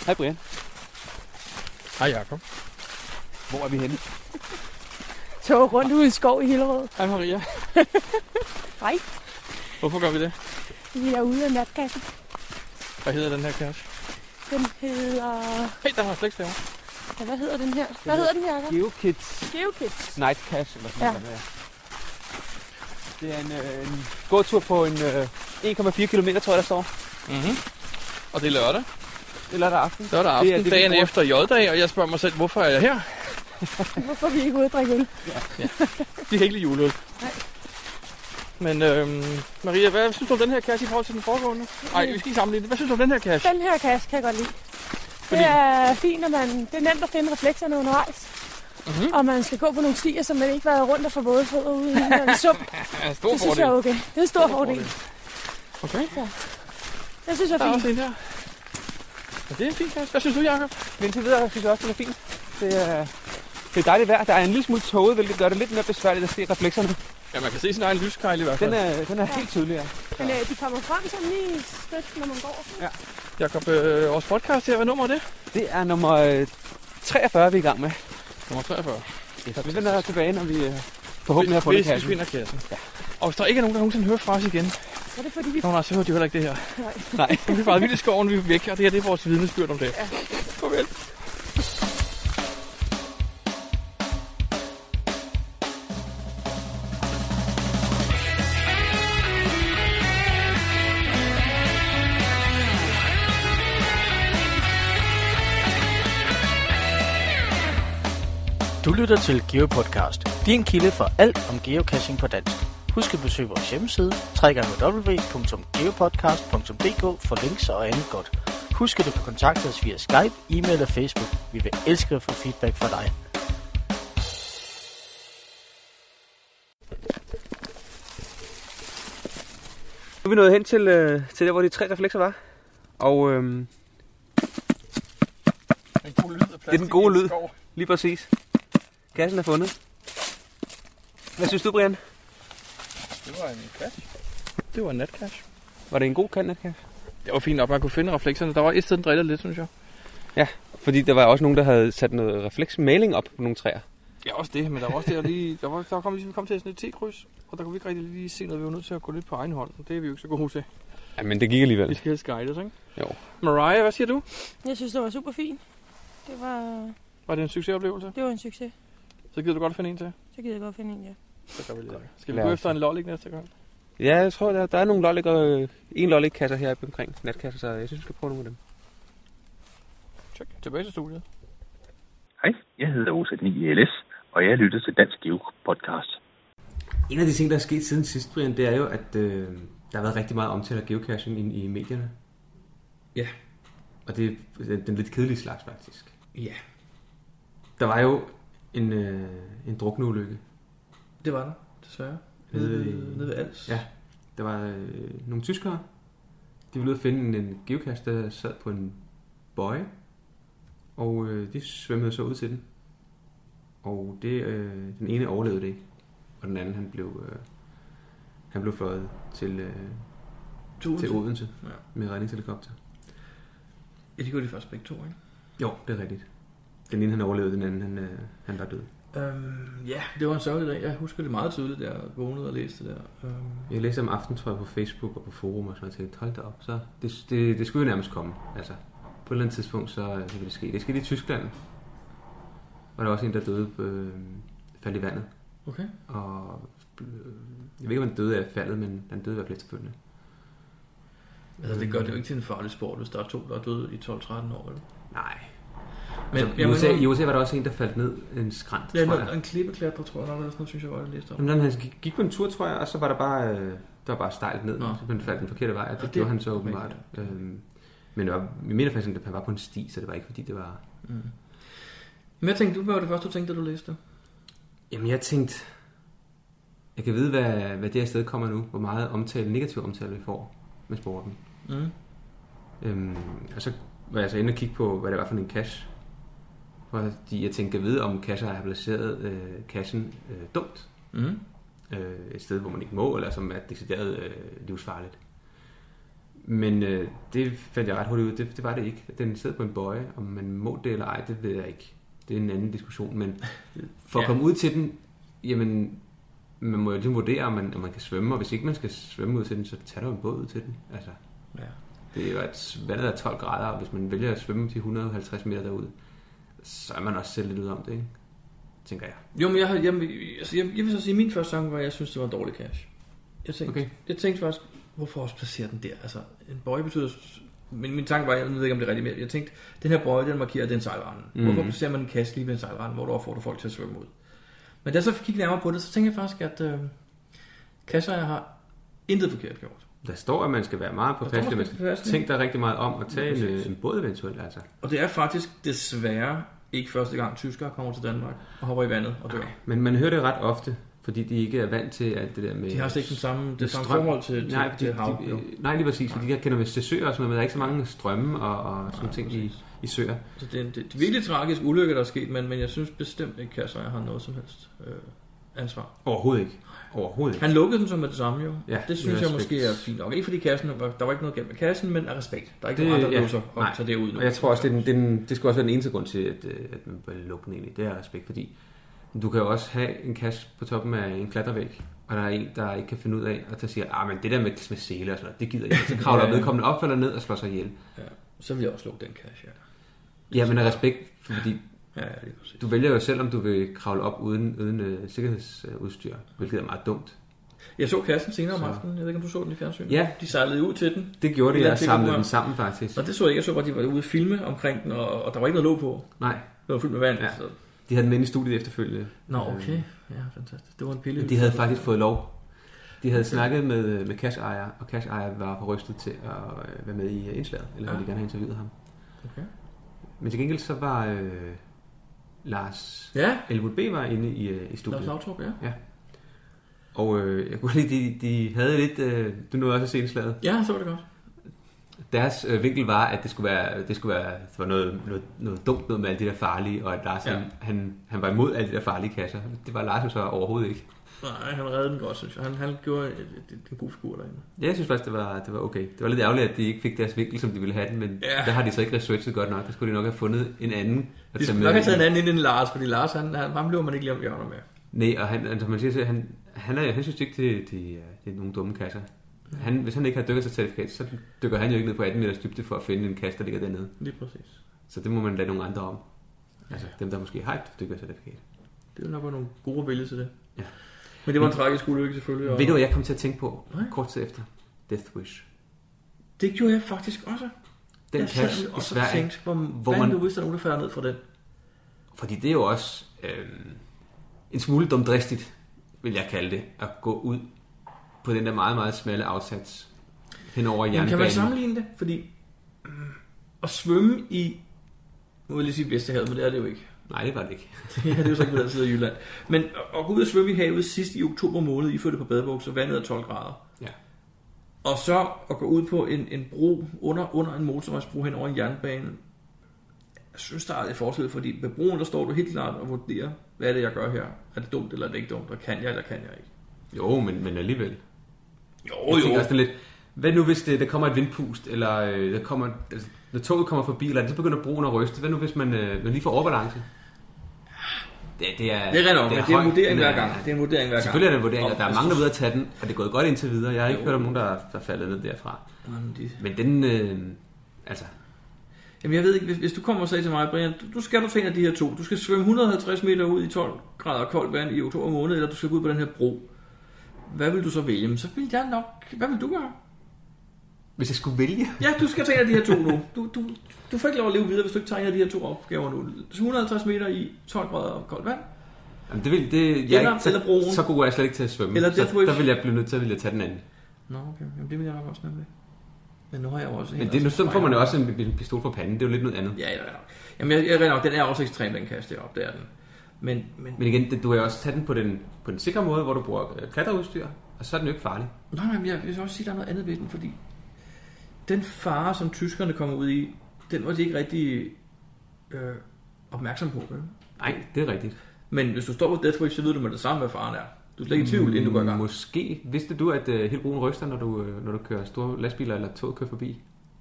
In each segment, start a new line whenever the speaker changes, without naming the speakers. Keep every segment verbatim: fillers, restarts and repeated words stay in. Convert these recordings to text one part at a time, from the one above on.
Hej Brian.
Hej Jacob.
Hvor er vi henne?
Tog rundt ude i skov i Hillerød.
Hej Maria.
Hej.
Hvorfor gør vi det?
Vi er ude af natkassen.
Hvad hedder den her cache?
Den hedder...
Hey, der var slægtshaver.
Ja, hvad hedder den her? Hvad hedder den her, Jacob?
GeoKids
GeoKids.
Night Cache, eller sådan
Ja.
noget. Ja. Det er en, øh, en gåtur på en øh, en komma fire kilometer, tror jeg, der står.
Mhm. Og det er lørdag.
Det er lørdag aften.
Lørdag aften,
Det er det, vi
dagen
bruger.
efter J-dag, og jeg spørger mig selv, hvorfor er jeg her?
Hvorfor er vi ikke ude at drikke øl?
Vi kan ikke lide juleøl.
Nej.
Men øhm, Maria, hvad synes du om den her cache i forhold til den foregående? Nej, vi skal ikke sammenligne det. Hvad synes du om den her cache?
Den her kasse kan jeg godt lide.
Fordi-
Det er fint, at man... Det er nemt at finde reflekserne undervejs.
Mhm.
Og man skal gå på nogle stier, så man ikke var rundt og få våde fødder ude i en sump.
Ja, stor
Det synes
fordel.
jeg er okay. Det er en stor fordel.
Okay,
Det synes jeg
der
er
er
fint.
også en der. Ja, det er en fin cache. Hvad synes du, Jacob?
Men indtil videre synes jeg også, det er fint. Det er, det er dejligt vejr. Der er en lille smule tåget, hvilket gør det lidt mere besværligt at se reflekserne.
Ja, man kan se sin egen lyskejl i hvert fald.
Den er, den er helt tydelig, ja.
Men øh, de kommer frem sådan lige et skridt, når man går.
Ja.
Jacob, øh, vores podcast her, hvad nummer er det?
Det er nummer øh, treogfyrre, vi er i gang med.
Nummer treogfyrre.
Så vi vender tilbage, når vi øh, forhåbentlig har fundet
Hvis vi
kassen.
finder kassen. Ja. Og hvis der ikke er nogen, der nogensinde hører fra os igen,
Så er det fordi, vi...
Nå, nej, så hører de jo heller ikke det her.
Nej.
Nej.
Vi er bare vildt i skoven, vi er væk, og det her det er vores vidnesbyrd om det.
Ja.
Farvel.
Du lytter til GeoPodcast, din kilde for alt om geocaching på dansk. Husk at besøge vores hjemmeside, w w w punktum geopodcast punktum d k for links og andet godt. Husk at du kan kontakte os via Skype, e-mail og Facebook. Vi vil elske at få feedback fra dig.
Nu er vi nået hen til, øh, til der, hvor de tre reflekser var. Og øh,
En god lyd af
det er den gode lyd. Lige præcis. Kassen er fundet. Hvad synes du, Brian?
Det var en cache. Det var en natcache.
Var det en god kantnetkasse?
Det var fint nok, man kunne finde reflekserne. Der var et sted, den drillede lidt, synes jeg.
Ja, fordi der var også nogen, der havde sat noget refleksmaling op på nogle træer.
Ja, også det, men der var også der lige... Der, var, der kom ligesom, vi kom til sådan et T-kryds, og der kunne vi ikke rigtig lige se noget. Vi var nødt til at gå lidt på egen hånd, og det er vi jo ikke så gode til.
Ja, men det gik alligevel.
Vi skal helst guides, ikke?
Jo.
Mariah, hvad siger du?
Jeg synes, det var super fint. Det var,
Var det en succesoplevelse?
det var en succes.
Så gider du godt finde en til?
Så gider jeg godt finde en, ja.
Så gør vi det. Skal vi
Lad
gå
os.
efter en lollik næste gang?
Ja, jeg tror, der, der er nogle lollik og en lollik-kasser her omkring natkasser, så jeg synes, vi skal prøve nogle af dem.
Check. Tilbage til studiet.
Hej, jeg hedder Osat ni i L S, og jeg lytter til Dansk Geo Podcast.
En af de ting, der er sket siden sidst, Brian, det er jo, at øh, der har været rigtig meget omtale af geocaching i, i medierne.
Ja.
Og det er den lidt kedelige slags, faktisk.
Ja,
Der var jo en, øh, en drukneulykke.
det var der, desværre. Nede ved, nede ved Als.
Ja, der var øh, nogle tyskere. De ville ud at finde en, en geocache, der sad på en bøje. Og øh, de svømmede så ud til den. Og det, øh, den ene overlevede det ikke. Og den anden, han blev, øh, han blev fløjet til, øh, til Odense
Ja.
med redningshelikopter.
Ja, de gjorde de først begge to, ikke?
Jo, det er rigtigt. Den ene, han overlevede, den anden, han, øh, han var død.
Øhm, ja, det var en sørgelig dag. Jeg husker det meget tydeligt, der jeg vågnede og læste det der. Øhm,
Jeg læste om aftenen, tror jeg, på Facebook og på forum, og så jeg tænkte, hold da op, så det, det, det skulle jo nærmest komme. Altså, på et eller andet tidspunkt, så, så vil det ske. Det skete i Tyskland, og der var også en, der døde, øh, faldt i vandet.
okay.
Og øh, jeg ved ikke, om han døde af faldet, men han døde i hvert fald efterfølgende.
Altså, det gør det jo ikke til en farlig sport, hvis der er to, der er døde i tolv tretten år, eller?
Nej.
Men,
Altså, i, U S A, I U S A var der også en, der faldt ned en skrant,
Ja,
tror
en,
jeg.
en klippeklatrer, tror jeg, der er sådan noget, synes jeg godt, jeg læste om.
Jamen, han gik, gik på en tur, tror jeg, og så var der bare, øh, der var bare stejlt ned,
Nå.
så han faldt den forkerte vej, og det,
det-
gjorde han så
okay,
åbenbart.
ja.
Øhm, men det var, jeg mener faktisk, at han var på en sti, så det var ikke fordi, det var...
Mm. Men hvad tænkte du, hvad var det første, du tænkte, da du læste?
Jamen, jeg tænkte, jeg kan vide, hvad, hvad det her sted kommer nu, hvor meget omtale, negativ omtale vi får med sporten.
Mm.
Øhm, og så var jeg så inde og kigge på, hvad det var for en cache. Fordi jeg tænkte, at vide, om cacher har placeret øh, cachen øh, dumt.
Mm.
Øh, et sted, hvor man ikke må, eller som er decideret øh, livsfarligt. Men øh, det fandt jeg ret hurtigt ud. Det, det var det ikke. Den sidder på en bøje, om man må det eller ej, det ved jeg ikke. Det er en anden diskussion. Men for at
Ja.
komme ud til den, jamen, man må jo ligesom vurdere, om man, om man kan svømme. Og hvis ikke man skal svømme ud til den, så tager der en båd ud til den. Altså,
Ja.
det er jo et vandet er tolv grader, og hvis man vælger at svømme de et hundrede og halvtreds meter derud, så er man også selv lidt ud om det, ikke? Tænker jeg.
Jo, men jeg, har, jeg, altså, jeg, jeg vil så sige, at min første tanke var, at jeg synes, det var en dårlig cash. Jeg tænkte,
Okay.
jeg tænkte faktisk, hvorfor også placere den der? Altså, en bøje betyder... Men min tanke var, jeg ved ikke, om det er rigtigt mere. Jeg tænkte, den her bøje, den markerer, den sejlranden. Mm. Hvorfor placerer man en kasse lige ved en sejlrande, hvor du opfordrer folk til at svømme ud? Men da jeg så kiggede nærmere på det, så tænkte jeg faktisk, at øh, kasser, jeg har intet forkert gjort.
Der står, at man skal være meget påpasselig.
man
Man
skal
skal
være påpasselig.
tænke dig rigtig meget om at tage
Ja,
en,
præcis.
en båd eventuelt, altså.
Og det er faktisk desværre ikke første gang, tyskere kommer til Danmark og hopper i vandet og dør.
Men man hører det ret ofte, fordi de ikke er vant til alt det der med...
De har slet ikke den samme, det samme
strøm.
forhold til, til,
nej,
til
de,
hav.
de,
jo.
nej, lige præcis, fordi de kender vist til søer og sådan noget, men der er ikke så mange strømme og, og sådan
Nej,
ting i, i søer.
Så det er, en, det er en virkelig tragisk ulykke, der er sket, men, men jeg synes bestemt ikke, Kasser har noget som helst øh, ansvar.
Overhovedet ikke. Overhovedet ikke.
Han lukkede den så med det samme jo.
Ja,
det synes
med
jeg
respekt.
måske er fint nok. Ikke fordi kassen, var, der var ikke noget galt med kassen, men af respekt. Der er ikke
Det-
nogen andre, der
ja,
låser
nej.
op tage det ud nu.
Og jeg tror også, det, er den, den, det skal også være den eneste grund til, at, øh, at man bør lukke den egentlig. Det er respekt, fordi du kan jo også have en kasse på toppen af en klatrevæg, og der er en, der ikke kan finde ud af, og der siger, ah, men det der med, med sele og sådan noget, det gider jeg ikke. Så kravler
Ja, ja.
vedkommende op, falder ned og slår sig ihjel.
Ja, så vil jeg også lukke den kasse, ja.
Ja, men af respekt, fordi
Ja, ja, det er præcis.
du vælger jo selv, om du vil kravle op uden, uden uh, sikkerhedsudstyr, hvilket er meget dumt.
Jeg så kassen senere om
Så-
aftenen. Jeg ved ikke, om du så den i fjernsynet.
Ja.
De sejlede ud til den.
Det gjorde
I
det,
den
jeg
ting,
samlede
hvor-
den sammen faktisk.
Og det så jeg ikke. Jeg så bare, at de var ude at filme omkring den, og, og der var ikke noget låg på.
Nej,
Det var fyldt med vand.
Ja.
Så...
de havde den med i studiet efterfølgende.
Nå, okay. Ja, fantastisk. Det var en pille.
De havde faktisk fået lov. De havde snakket med, med Cash-ejer, og Cash-ejer var på rystet til at øh, være med i øh, indslaget, eller
Ja.
ville de gerne have interviewet ham.
Okay.
Men til gengæld så var øh, Lars
Ja,
Elwood B. var inde i, øh, i
Lars
studiet.
Lautrup, ja.
Og øh, jeg kunne lide, de, de havde lidt, øh, du nåede også at se indslaget.
Ja, så var det godt.
Deres øh, vinkel var, at det skulle være, det skulle være, det var noget, noget, noget dumt noget med alt det der farlige, og at Lars
Ja.
han, han, han var imod alle de der farlige kasser. Det var Lars jo så overhovedet ikke.
Nej, han reddede den godt, synes jeg. Han, han gjorde et, et, et, en god figur derinde.
Ja, jeg synes faktisk, det var, det var okay. Det var lidt ærgerligt, at de ikke fik deres vinkel, som de ville have den, men
Ja.
der har de så ikke researchet godt nok. Der skulle de nok have fundet en anden. at
De
tage
skulle
med
nok have
i.
taget en anden ind end Lars, fordi Lars, han, han, ham blev man ikke lige om hjørner med.
Nej, og han, altså man siger, så han, han, er, han synes ikke, det, det, er- det er nogle dumme kasser. Han, hvis han ikke har dykkercertifikat, så dykker han jo ikke ned på atten meters dybde for at finde en kasse, der ligger dernede.
Lige præcis.
Så det må man lade nogle andre om. Altså dem, der måske har et dykkercertifikat.
Det vil nok være nogle gode vælge til det.
Ja.
Men det var en tragisk ulykke selvfølgelig. Og...
Ved du, hvad jeg kom til at tænke på
Nej.
kort tid efter? Death Wish.
Det gjorde jeg faktisk også.
Den
jeg
kasse
sad
i
også og
Sverige.
tænkte, hvor,
hvor
hvor
man-
man... hvis der er nogen, der falder ned fra den.
Fordi det er jo også øh, en smule dumdristigt, vil jeg kalde det, at gå ud på den der meget, meget smalle afsats hen over
Jamen,
jernbanen.
kan man sammenligne det? Fordi mm, at svømme i, nu vil jeg lige sige Vesterhavet, men det er det jo ikke.
Nej, det var det ikke.
Ja, det er jo så ikke på den side af Jylland. Men at- at gå ud og svømme i havet sidst i oktober måned, iført på badebukser, vandet er tolv grader.
Ja.
Og så at gå ud på en, en bro, under, under en motorvejsbro hen over en jernbane. Jeg synes, der er et forskel, fordi ved broen, der står du helt klart og vurderer, hvad er det, jeg gør her? Er det dumt, eller er det ikke dumt? Og kan jeg, eller kan jeg ikke?
Jo, men, men alligevel.
Jo,
Jeg tænker også sådan lidt, hvad nu hvis det, der kommer et vindpust, eller øh, der kommer, altså, når toget kommer forbi, eller det så begynder broen at ryste, hvad nu hvis man, øh, man lige får overbalance? Det, det er,
Det er rent nok, men det er en
højt.
vurdering
Den
hver gang. Det er en vurdering hver gang.
Selvfølgelig er det en vurdering, og der er
Og-
mange, der er ude at tage den, og det er gået godt indtil videre. Jeg har ikke
Jo.
hørt om nogen, der er, der er faldet ned derfra.
Jamen, de...
Men den, øh, altså,
Jamen jeg ved ikke, hvis, hvis du kommer og siger til mig, Brian, du, du skal du til en af de her to. Du skal svømme et hundrede og halvtreds meter ud i tolv grader koldt vand i oktober måned, eller du skal gå ud på den her bro. Hvad vil du så vælge? Men så vil jeg nok... Hvad vil du gøre?
hvis jeg skulle vælge.
Ja, du skal tage en af de her to nu. Du, du, du får ikke lov at leve videre, hvis du ikke tager en af de her to opgaver nu. et hundrede og halvtreds meter i tolv grader koldt vand.
Jamen, det vil, det, jeg er
Eller-
ikke, så,
eller broen.
så god er jeg slet ikke til at svømme.
Eller
så
Death Wish.
der vil jeg blive nødt til at, vil jeg tage den anden.
Nå, okay. Jamen det vil jeg nok også nemlig. Men nu har jeg jo også...
Men det, nu så får man jo også en, en pistol for panden. Det er jo lidt noget andet.
Ja, ja, ja. Jamen jeg, jeg, jeg nok, den er også ekstrem, den kasse deroppe, det er den. Men, men,
Men igen, det, du kan også tage den på den, på den sikre måde, hvor du bruger øh, klatreudstyr, og så er den jo ikke farlig.
nej, nej, men jeg vil også sige, at der er noget andet ved den, fordi den fare, som tyskerne kommer ud i, den var de ikke rigtig øh, opmærksom på. Vel?
Nej, det er rigtigt.
Men hvis du står på Death Wish, så ved du med det samme, hvad faren er. Du er slet ikke i tvivl, inden du går i gang.
Måske. Vidste du, at uh, hele broen ryster, når du, uh, når du kører store lastbiler eller tog kører forbi?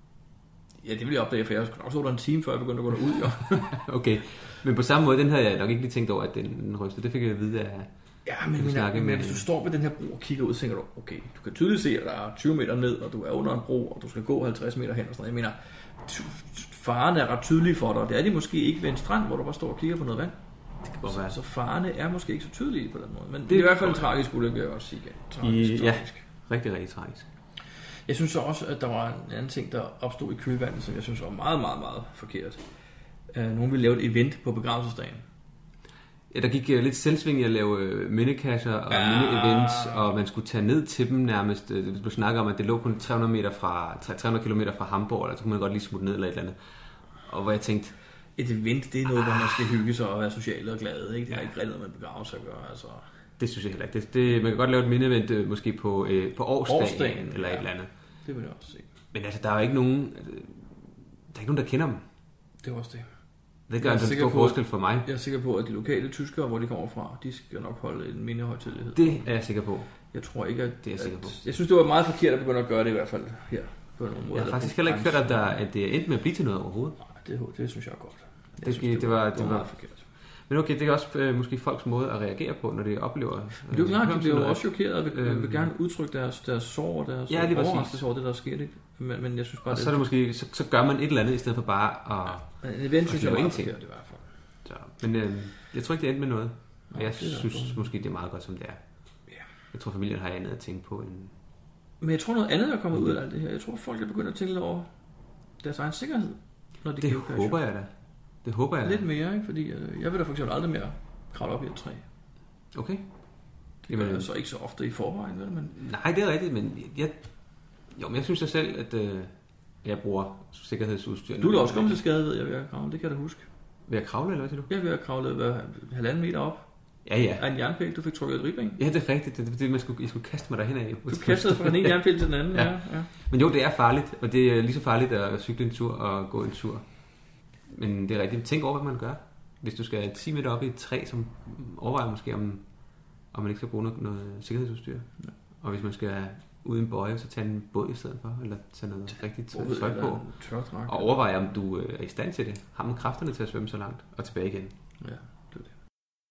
Ja, det ville jeg opdage, for jeg skulle nok så der en time, før jeg begyndte at gå derud, jo.
Okay, men på samme måde, den havde jeg nok ikke lige tænkt over, at den rystede. Det fik jeg at vide af...
Ja, men, men, men, men hvis du står ved den her bro og kigger ud, så tænker du, okay, du kan tydeligt se, at der er tyve meter ned, og du er under en bro, og du skal gå halvtreds meter hen og sådan noget. Jeg mener, farerne er ret tydelige for dig. Det er de måske ikke ved en strand, hvor du bare står og kigger på noget vand. Det kan så, så farerne er måske ikke så tydelige på den måde. Men det, det er i hvert fald en tragisk ulykke, vil jeg også sige. Tragisk,
I,
tragisk.
Ja, rigtig, rigtig tragisk.
Jeg synes også, at der var en anden ting, der opstod i kølvandet, som jeg synes var meget, meget, meget forkert. Uh, nogen ville lave et event på begravelsesdagen.
Ja, der gik uh, lidt selvsving i at lave uh, mindekasser og
ja.
mini-events, og man skulle tage ned til dem nærmest. Du snakker om, at det lå kun tre hundrede meter fra, tre hundrede kilometer fra Hamburg, eller så kunne man godt lige smutte ned eller et eller andet. Og hvor jeg tænkte...
Et event, det er noget, ah. hvor man skal hygge sig og være social og glad, ikke? Det har ikke rigtig noget med begravelse at gøre, altså... Det
synes jeg heller ikke. Det, det, man kan godt lave et minde-event uh, måske på, uh, på årsdagen, årsdagen eller ja. et eller andet.
Det vil jeg også se.
Men altså, der er jo ikke nogen... Der er ikke nogen, der kender dem.
Det er også det.
Det gør en stor forskel for mig.
Jeg er sikker på, at de lokale tyskere, hvor de kommer fra, de skal nok holde en mindehøjtidelighed.
Det er jeg sikker på.
Jeg tror ikke, at...
Det er jeg sikker på.
Jeg synes, det var meget forkert at begynde at gøre det i hvert fald her. På nogle måder.
Jeg har faktisk heller ikke hørt, at, der, at det er endt med at blive til noget overhovedet.
Nej, det, det synes jeg er godt. Jeg
det,
synes, det,
det, var,
var,
det, var, det var
meget forkert.
Men okay, det er også øh, måske folks måde at reagere på, når de oplever... Øh,
det er jo klart, de bliver jo også chokeret og vil, øh, vil gerne udtrykke deres, deres sorg og deres
ja,
overraskelse over det, der er sket. Ikke? Men, men jeg synes bare...
Og det, så, er det måske, så, så gør man et eller andet, i stedet for bare at...
Ja, men en event synes jeg er meget forkert i hvert fald.
Så, men øh, jeg tror ikke, det endte med noget. Og jeg synes måske, det er meget godt, som det er.
Ja.
Jeg tror, familien har andet at tænke på end...
Men jeg tror, noget andet er kommet ud af alt det her. Jeg tror, folk er begyndt at tænke over deres egen sikkerhed. Når de
det håber jeg da. Det håber jeg da.
Lidt mere, ikke? Fordi øh, jeg vil da for eksempel aldrig mere kravle op i et træ.
Okay.
Det gør jeg så ikke så ofte i forvejen, vel? Men...
Nej, det er rigtigt, men jeg, jo, men jeg synes jeg selv, at øh, jeg bruger sikkerhedsudstyr.
Du er da også kommet til skade, ved jeg, ved at kravle. Det kan jeg da huske.
Ved at kravle, eller hvad siger du?
Ja, ved at kravle ved halvanden meter op.
Ja, ja.
Af en jernpæl, du fik trukket et ribben.
Ja, det er rigtigt. Det er det, man skulle, jeg skulle kaste mig derhen af.
Du kastede fra den ene jernpæl til den anden, ja. Ja, ja.
Men jo, det er farligt, og det er lige så farligt at cykle en tur og gå en tur. Men det er rigtigt. Tænk over, hvad man gør. Hvis du skal ti meter op i et træ, som overvejer måske, om, om man ikke skal bruge noget, noget sikkerhedsudstyr. Ja. Og hvis man skal ud i en bøje, så tage en båd i stedet for, eller tage noget rigtigt tøj på. Og overveje, om du er i stand til det. Har man kræfterne til at svømme så langt og tilbage igen.
Ja, det er det.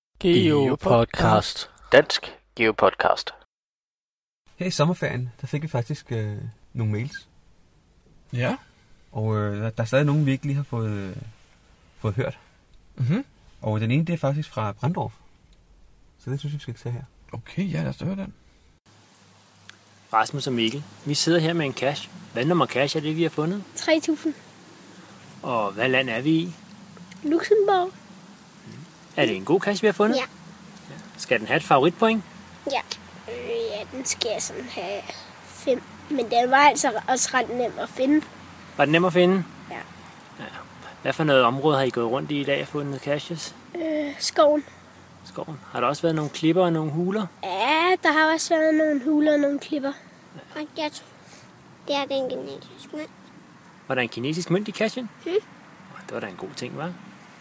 Geopodcast. Dansk Geopodcast.
Her i sommerferien, der fik vi faktisk øh, nogle mails.
Ja.
Og øh, der er stadig nogen, vi ikke lige har fået, øh, fået hørt.
Mhm.
Og den ene, det er faktisk fra Brandorf. Så det synes jeg, vi skal tage her.
Okay, ja, lad os høre den.
Rasmus og Mikkel, vi sidder her med en cash. Hvad nummer cash er det, vi har fundet?
tre tusind.
Og hvad land er vi i?
Luxembourg.
Er det en god cash, vi har fundet?
Ja.
Skal den have et favoritpoint?
Ja. Øh, ja, den skal sådan have fem. Men den var altså også ret nem at finde.
Var den nem at finde?
Ja.
Ja. Hvad for noget område har I gået rundt i i dag og fundet caches?
Øh, skoven.
Skoven. Har der også været nogle klipper og nogle huler?
Ja, der har også været nogle huler og nogle klipper. Ja. Og jeg tror, det er den kinesiske mønt.
Var der en kinesisk mønt i cachen?
Hmm.
Det var da en god ting, hva'?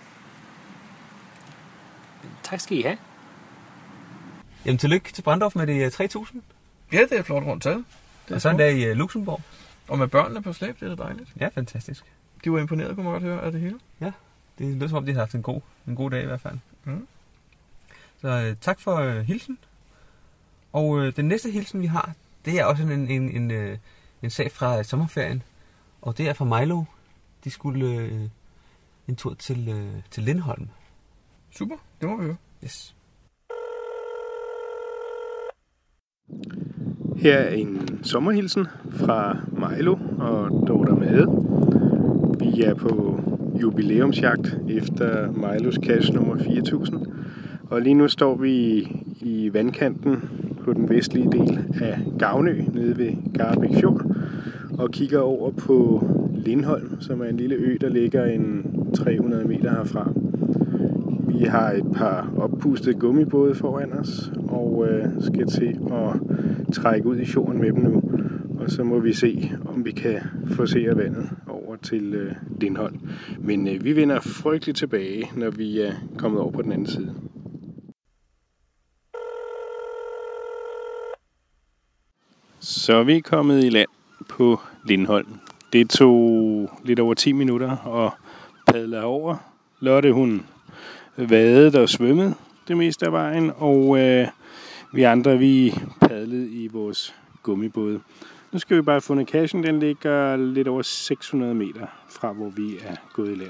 Tak skal I have.
Jamen, tillykke til Brandorf med det tre tusind.
Ja, det er et flot rundt tal.
Og sådan der i uh, Luxembourg.
Og med børnene på slæb, det er da dejligt.
Ja, fantastisk.
De var imponeret, kunne man godt høre, af det hele.
Ja, det lyder som om, de har haft en god, en god dag i hvert fald.
Mm.
Så uh, tak for uh, hilsen. Og uh, den næste hilsen, vi har, det er også en, en, en, uh, en sag fra sommerferien. Og det er fra Milo. De skulle uh, en tur til, uh, til Lindholm.
Super, det må vi høre.
Yes.
Her er en sommerhilsen fra Milo og Dorte Made. Vi er på jubilæumsjagt efter Milos cache nummer fire tusind. Og lige nu står vi i vandkanten på den vestlige del af Gavnø, nede ved Garbæk Fjord, og kigger over på Lindholm, som er en lille ø, der ligger en tre hundrede meter herfra. Vi har et par oppustede gummibåde foran os, og øh, skal til at trække ud i fjorden med dem nu. Og så må vi se, om vi kan forsere vandet over til øh, Lindholm. Men øh, vi vender frygteligt tilbage, når vi er kommet over på den anden side. Så er vi kommet i land på Lindholm. Det tog lidt over ti minutter at padle over. Lotte, hun vadede og svømmede det meste af vejen, og øh, vi andre, vi padlede i vores gummibåde. Nu skal vi bare have fundet cachen. Den ligger lidt over seks hundrede meter fra, hvor vi er gået i land.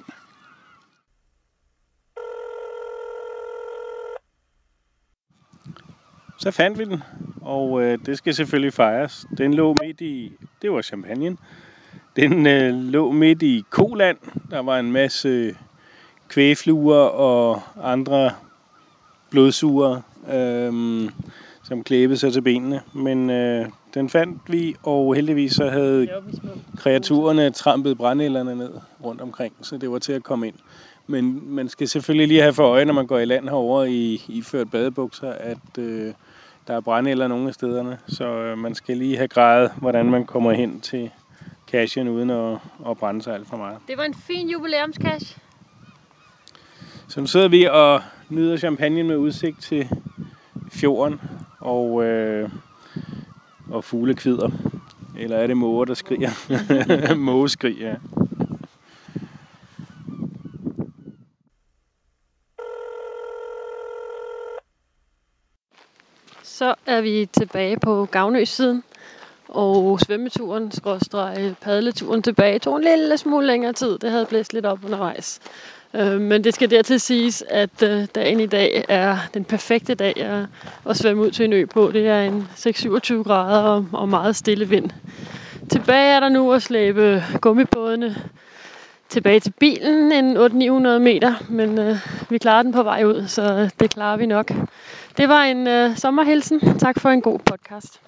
Så fandt vi den, og øh, det skal selvfølgelig fejres. Den lå midt i, det var champagnen, den øh, lå midt i Koland. Der var en masse kvægfluer og andre blodsugere, øh, som klæbede sig til benene. Men øh, den fandt vi, og heldigvis så havde kreaturerne trampet brændenælderne ned rundt omkring, så det var til at komme ind. Men man skal selvfølgelig lige have for øje, når man går i land herovre i, i ført badebukser, at øh, der er brændenælder nogle af stederne. Så øh, man skal lige have grejet, hvordan man kommer hen til cachen uden at, at brænde sig alt for meget.
Det var en fin jubilæumscache.
Så nu sidder vi og nyder champagne med udsigt til fjorden og, øh, og fuglekvider. Eller er det måger, der skriger? Mågeskrig, ja.
Så er vi tilbage på Gavnø-siden, og svømmeturen, skråstreg padleturen tilbage, tog en lille smule længere tid. Det havde blæst lidt op undervejs. Men det skal dertil siges, at dagen i dag er den perfekte dag at svømme ud til en ø på. Det er en seks til syvogtyve grader og meget stille vind. Tilbage er der nu at slæbe gummibådene tilbage til bilen, en otte til ni hundrede meter, men øh, vi klarer den på vej ud, så det klarer vi nok. Det var en øh, sommerhilsen. Tak for en god podcast.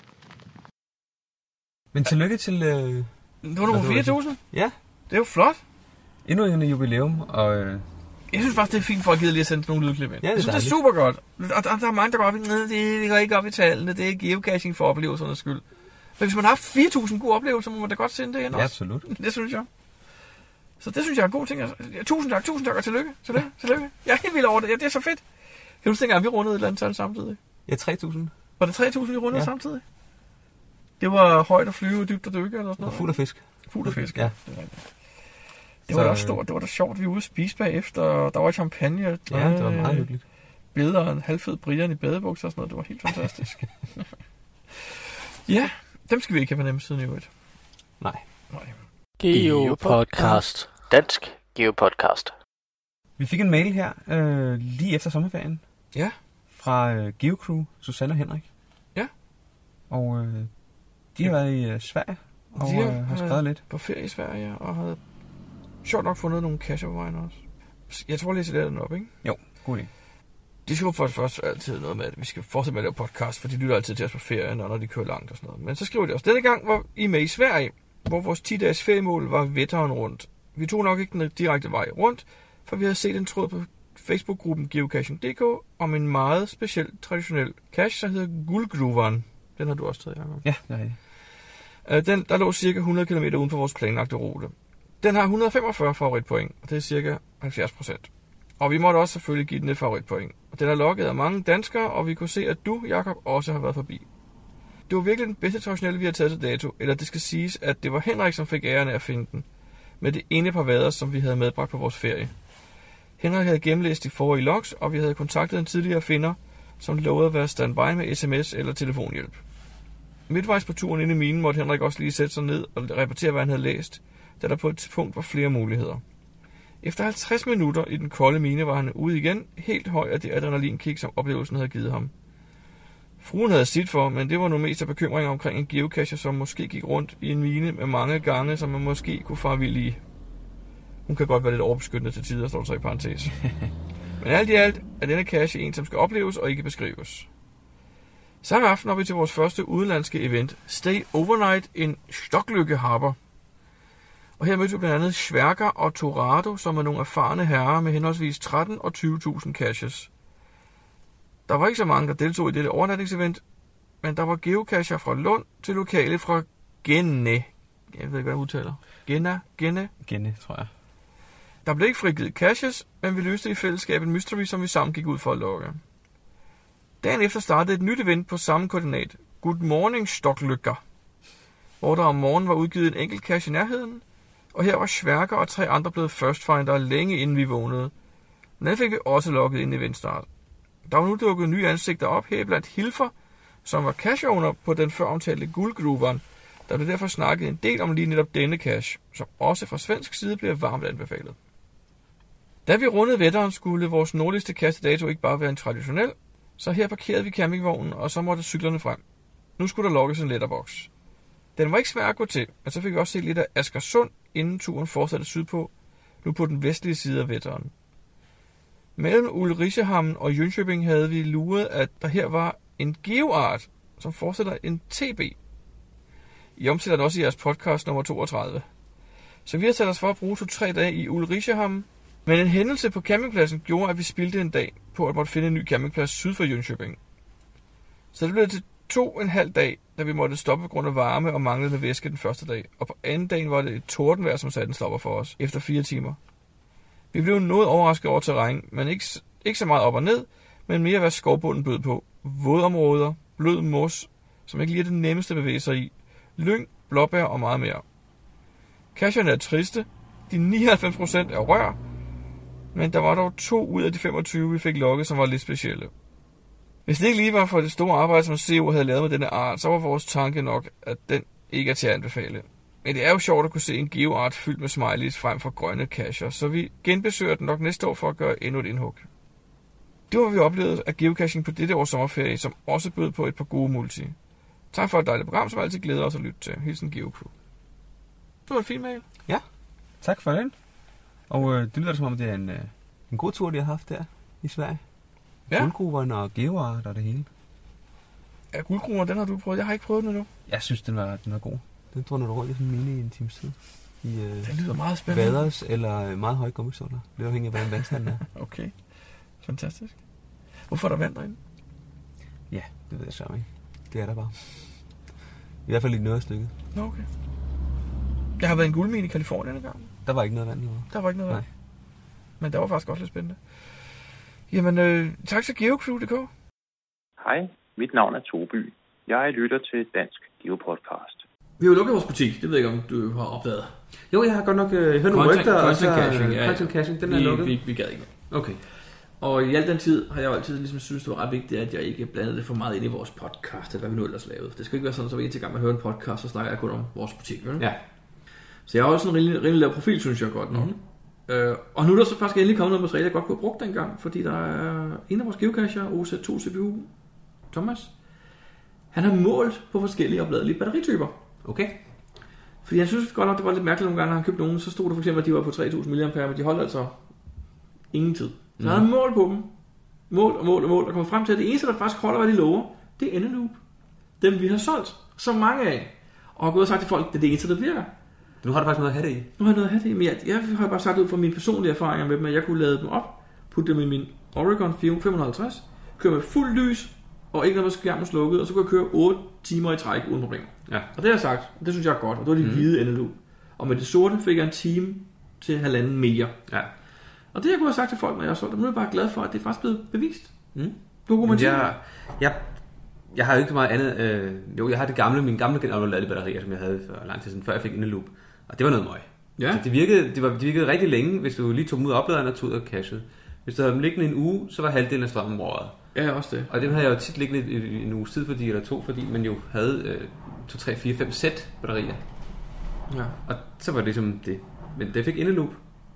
Men tillykke til... Øh,
nu er nummer fire tusind.
Ja.
Det er jo flot.
Endnu en jubilæum, og... Øh...
Jeg synes faktisk, det er fint, folk gider lige at sende nogle lydklip ind.
Ja, det er
jeg synes,
dejligt.
det er super godt. Og der, der er mange, der går op i, det, det går ikke op i tallene, det er geocaching for oplevelsernes skyld. Men hvis man har haft fire tusind gode oplevelser, må man da godt sende det ind også.
Ja, absolut.
Det synes jeg. Så det synes jeg er en god ting. Altså. Tusind tak, tusind tak og tillykke. Tillykke, tillykke. Jeg er helt vild over det. Ja, det er så fedt. Kan du huske dengang, vi rundede et eller andet tal samtidig?
Ja, tre tusind.
Var det tre tusind, vi rundede
ja.
samtidig? Det var højt at flyve, dybt at dykke eller sådan noget?
Og fuld af fisk.
Fuld af fisk,
ja.
ja. Det var da også stort. Det var da sjovt. Vi var ude at spise bagefter. Der var champagne.
Ja, det var meget hyggeligt.
Billeder af en halvfed Brian i badebukser og sådan noget. Det var helt fantastisk. Ja, dem skal vi ikke have på hjemmesiden i øvrigt.
Nej.
Nej.
Geopodcast. Dansk Geopodcast.
Vi fik en mail her øh, lige efter sommerferien.
Ja.
Fra øh, Geocrew, Susanne og Henrik.
Ja.
Og øh, de har været i øh, Sverige og
de har,
øh, har skrevet lidt.
På ferie i Sverige og har sjovt nok fundet nogle cacher på vejen også. Jeg tror lige, at jeg den op, ikke?
Jo, god idé.
De skriver for det første altid noget med, at vi skal fortsætte med at lave podcast, for de lytter altid til os på ferien, når de kører langt og sådan noget. Men så skriver de også, denne gang var I med i Sverige, hvor vores ti-dages feriemål var Vättern rundt. Vi tog nok ikke den direkte vej rundt, for vi havde set en tråd på Facebook-gruppen geocaching punktum d k om en meget speciel, traditionel cache, der hedder Guldgruvan. Den har du også taget, Jacob.
Ja, det er det.
Den, der lå cirka hundrede kilometer uden for vores planlagte rute. Den har et hundrede og femogfyrre favoritpoint, og det er cirka halvfjerds procent. Og vi måtte også selvfølgelig give den et favoritpoint. Og den er logget af mange danskere, og vi kunne se, at du, Jakob, også har været forbi. Det var virkelig den bedste traditionelle, vi har taget til dato, eller det skal siges, at det var Henrik, som fik æren af at finde den, med det ene par vader, som vi havde medbragt på vores ferie. Henrik havde gennemlæst de forrige logs, og vi havde kontaktet en tidligere finder, som lovede at være standby med sms eller telefonhjælp. Midtvejs på turen ind i minen måtte Henrik også lige sætte sig ned og repetere, hvad han havde læst, da der på et punkt var flere muligheder. Efter halvtreds minutter i den kolde mine var han ude igen, helt høj af det adrenalinkick, som oplevelsen havde givet ham. Fruen havde sit for, men det var nu mest af bekymringer omkring en geocacher, som måske gik rundt i en mine med mange gange, som man måske kunne fare vild i. Hun kan godt være lidt overbeskyttende til tider, står der så i parentes. Men alt i alt er denne cache en, som skal opleves og ikke beskrives. Samme aften var vi til vores første udenlandske event, Stay Overnight in Stockløkke Harbor. Og her mødte vi blandt andet Schwerker og Torado, som er nogle erfarne herrer med henholdsvis tretten og tyve tusind caches. Der var ikke så mange, der deltog i dette overnatningsevent, men der var geocacher fra Lund til lokale fra Genne. Jeg ved ikke, hvad jeg udtaler. Genne? Genne?
Genne, tror jeg.
Der blev ikke frigivet caches, men vi løste i fællesskab en mystery, som vi sammen gik ud for at logge. Dagen efter startede et nyt event på samme koordinat. Good morning, Stockløkker. hvor der om morgenen var udgivet en enkelt cache i nærheden, og her var Schwerker og tre andre blevet first finder længe inden vi vågnede. Den fik vi også logget ind i Vindstart. Der var nu dukket nye ansigter op, her blandt Hilfer, som var cache-owner på den før omtalte guldgruveren. Der blev derfor snakket en del om lige netop denne cache, som også fra svensk side bliver varmt anbefalet. Da vi rundede Vetteren, skulle vores nordligste kastedato ikke bare være en traditionel, så her parkerede vi campingvognen, og så måtte cyklerne frem. Nu skulle der logges en letterbox. Den var ikke svær at gå til, men så fik vi også set lidt af Askersund, inden turen fortsatte sydpå, nu på den vestlige side af Vetteren. Mellem Ulricehamn og Jönköping havde vi luret, at der her var en geoart, som fortsætter en T B. I omsætter det også i jeres podcast nummer toogtredive. Så vi har sat os for at bruge to-tre dage i Ulricehamn, men en hændelse på campingpladsen gjorde, at vi spildte en dag på at måtte finde en ny campingplads syd for Jönköping. Så det blev til to og en halv dag, da vi måtte stoppe på grund af varme og manglende væske den første dag, og på anden dagen var det et tordenvejr, som satte en stopper for os efter fire timer. Vi blev noget overrasket over terræn, men ikke, ikke så meget op og ned, men mere hvad skovbunden bød på. Vådområder, blød mos, som ikke lige er det nemmeste at bevæge sig i, lyng, blåbær og meget mere. Cacherne er triste, de nioghalvfems procent er rør, men der var dog to ud af de femogtyve, vi fik logget, som var lidt specielle. Hvis det ikke lige var for det store arbejde, som C O havde lavet med denne art, så var vores tanke nok, at den ikke er til at anbefale. Men det er jo sjovt at kunne se en geoart fyldt med smileys frem for grønne cacher, så vi genbesøger den nok næste år for at gøre endnu et indhug. Det var vi oplevede af geocaching på dette års sommerferie, som også bød på et par gode multi. Tak for et dejligt program, som altid glæder os at lytte til. Hilsen GeoCrew. Det var en fin mail.
Ja, tak for den. Og øh, det lyder som om, det er en, øh, en god tur, de har haft der i Sverige. Ja. Guldgruveren og geoart og det hele.
Ja, guldgruveren, den har du prøvet. Jeg har ikke prøvet den endnu.
Jeg synes, den var, den var god. Den tror du rundt i sådan en mine i en times tid. I, øh,
det lyder meget spændende.
Vaders eller meget høje gummisoler. Det er afhængig af, hvordan vandstanden er.
Okay, fantastisk. Hvorfor er der vand derinde?
Ja, det ved jeg så ikke. Det er der bare. I hvert fald i noget stykket.
Nå, okay. Jeg har været i en guldmine i Kalifornien en gang.
Der var ikke noget vand nu.
Der var ikke noget
Nej.
vand. Men det var faktisk også lidt spændende. Jamen, øh, tak til GeoCrew punktum d k.
Hej, mit navn er Toby. Jeg lytter til Dansk Geopodcast.
Vi har jo lukket vores butik. Det ved jeg ikke, om du har opdaget.
Jo, jeg har godt nok øh, hørt nogle rygter.
Content caching, ja.
Content caching, den er
vi,
lukket.
Vi, vi gad ikke.
Okay.
Og i al den tid har jeg jo altid ligesom synes, det var ret vigtigt, at jeg ikke blandede det for meget ind i vores podcast, eller hvad vi nu ellers lavede. Det skal ikke være sådan, så hver eneste gang man hører en podcast, så snakker jeg kun om vores butik. Vel?
Ja.
Så jeg har også en rimelig, rimelig lav profil, synes jeg godt nok. Mm-hmm. Øh, og nu er der så faktisk endelig kommet noget materiale, jeg godt kunne have brugt dengang, fordi der er en af vores geocacher, O Z to C P U, Thomas, han har målt på forskellige opladelige batterityper.
Okay.
Fordi jeg synes godt nok, det var lidt mærkeligt nogle gange, når han købte nogen, så stod der for eksempel, at de var på tre tusind milliampere, men de holdt altså ingen tid. Så mm. han har målt på dem. Mål og mål og mål, og kommer frem til, at det eneste, der faktisk holder, hvad de lover, det er Eneloop. Dem vi har solgt så mange af. Og har gået og sagt til folk, det er det eneste, der virker.
Nu har du faktisk noget at have det i.
Nu har jeg noget at have det i, men jeg, jeg har bare sagt ud fra mine personlige erfaringer med dem, at jeg kunne lade dem op, putte dem i min Oregon fem hundrede og halvtreds, køre med fuld lys, og ikke noget med skærmen slukket, og så kunne jeg køre otte timer i træk uden problemer.
Ja.
Og det har jeg sagt, det synes jeg er godt, og det var de mm. hvide Eneloop. Og med det sorte fik jeg en time til halvanden mere.
Ja.
Og det jeg kunne have sagt til folk, når jeg har solgt dem, nu er jeg bare glad for, at det er faktisk blevet bevist.
Mm.
Dokumenteret.
Jeg, jeg, jeg har jo ikke så meget andet. Øh, jo, jeg har det gamle, min gamle genopladte batterier, som jeg havde for lang tid siden, før jeg fik Eneloop. Og det var noget møg.
Ja.
Så det virkede, det, var, det virkede rigtig længe, hvis du lige tog dem ud af opladeren og tog ud og cachede. Hvis du havde dem liggende en uge, så var halvdelen af strømmen røget.
Ja, også det.
Og det havde jeg jo tit liggende i en uges tid, fordi, eller to, fordi man jo havde øh, to, tre, fire, fem sæt batterier.
Ja.
Og så var det ligesom det. Men det fik Eneloop.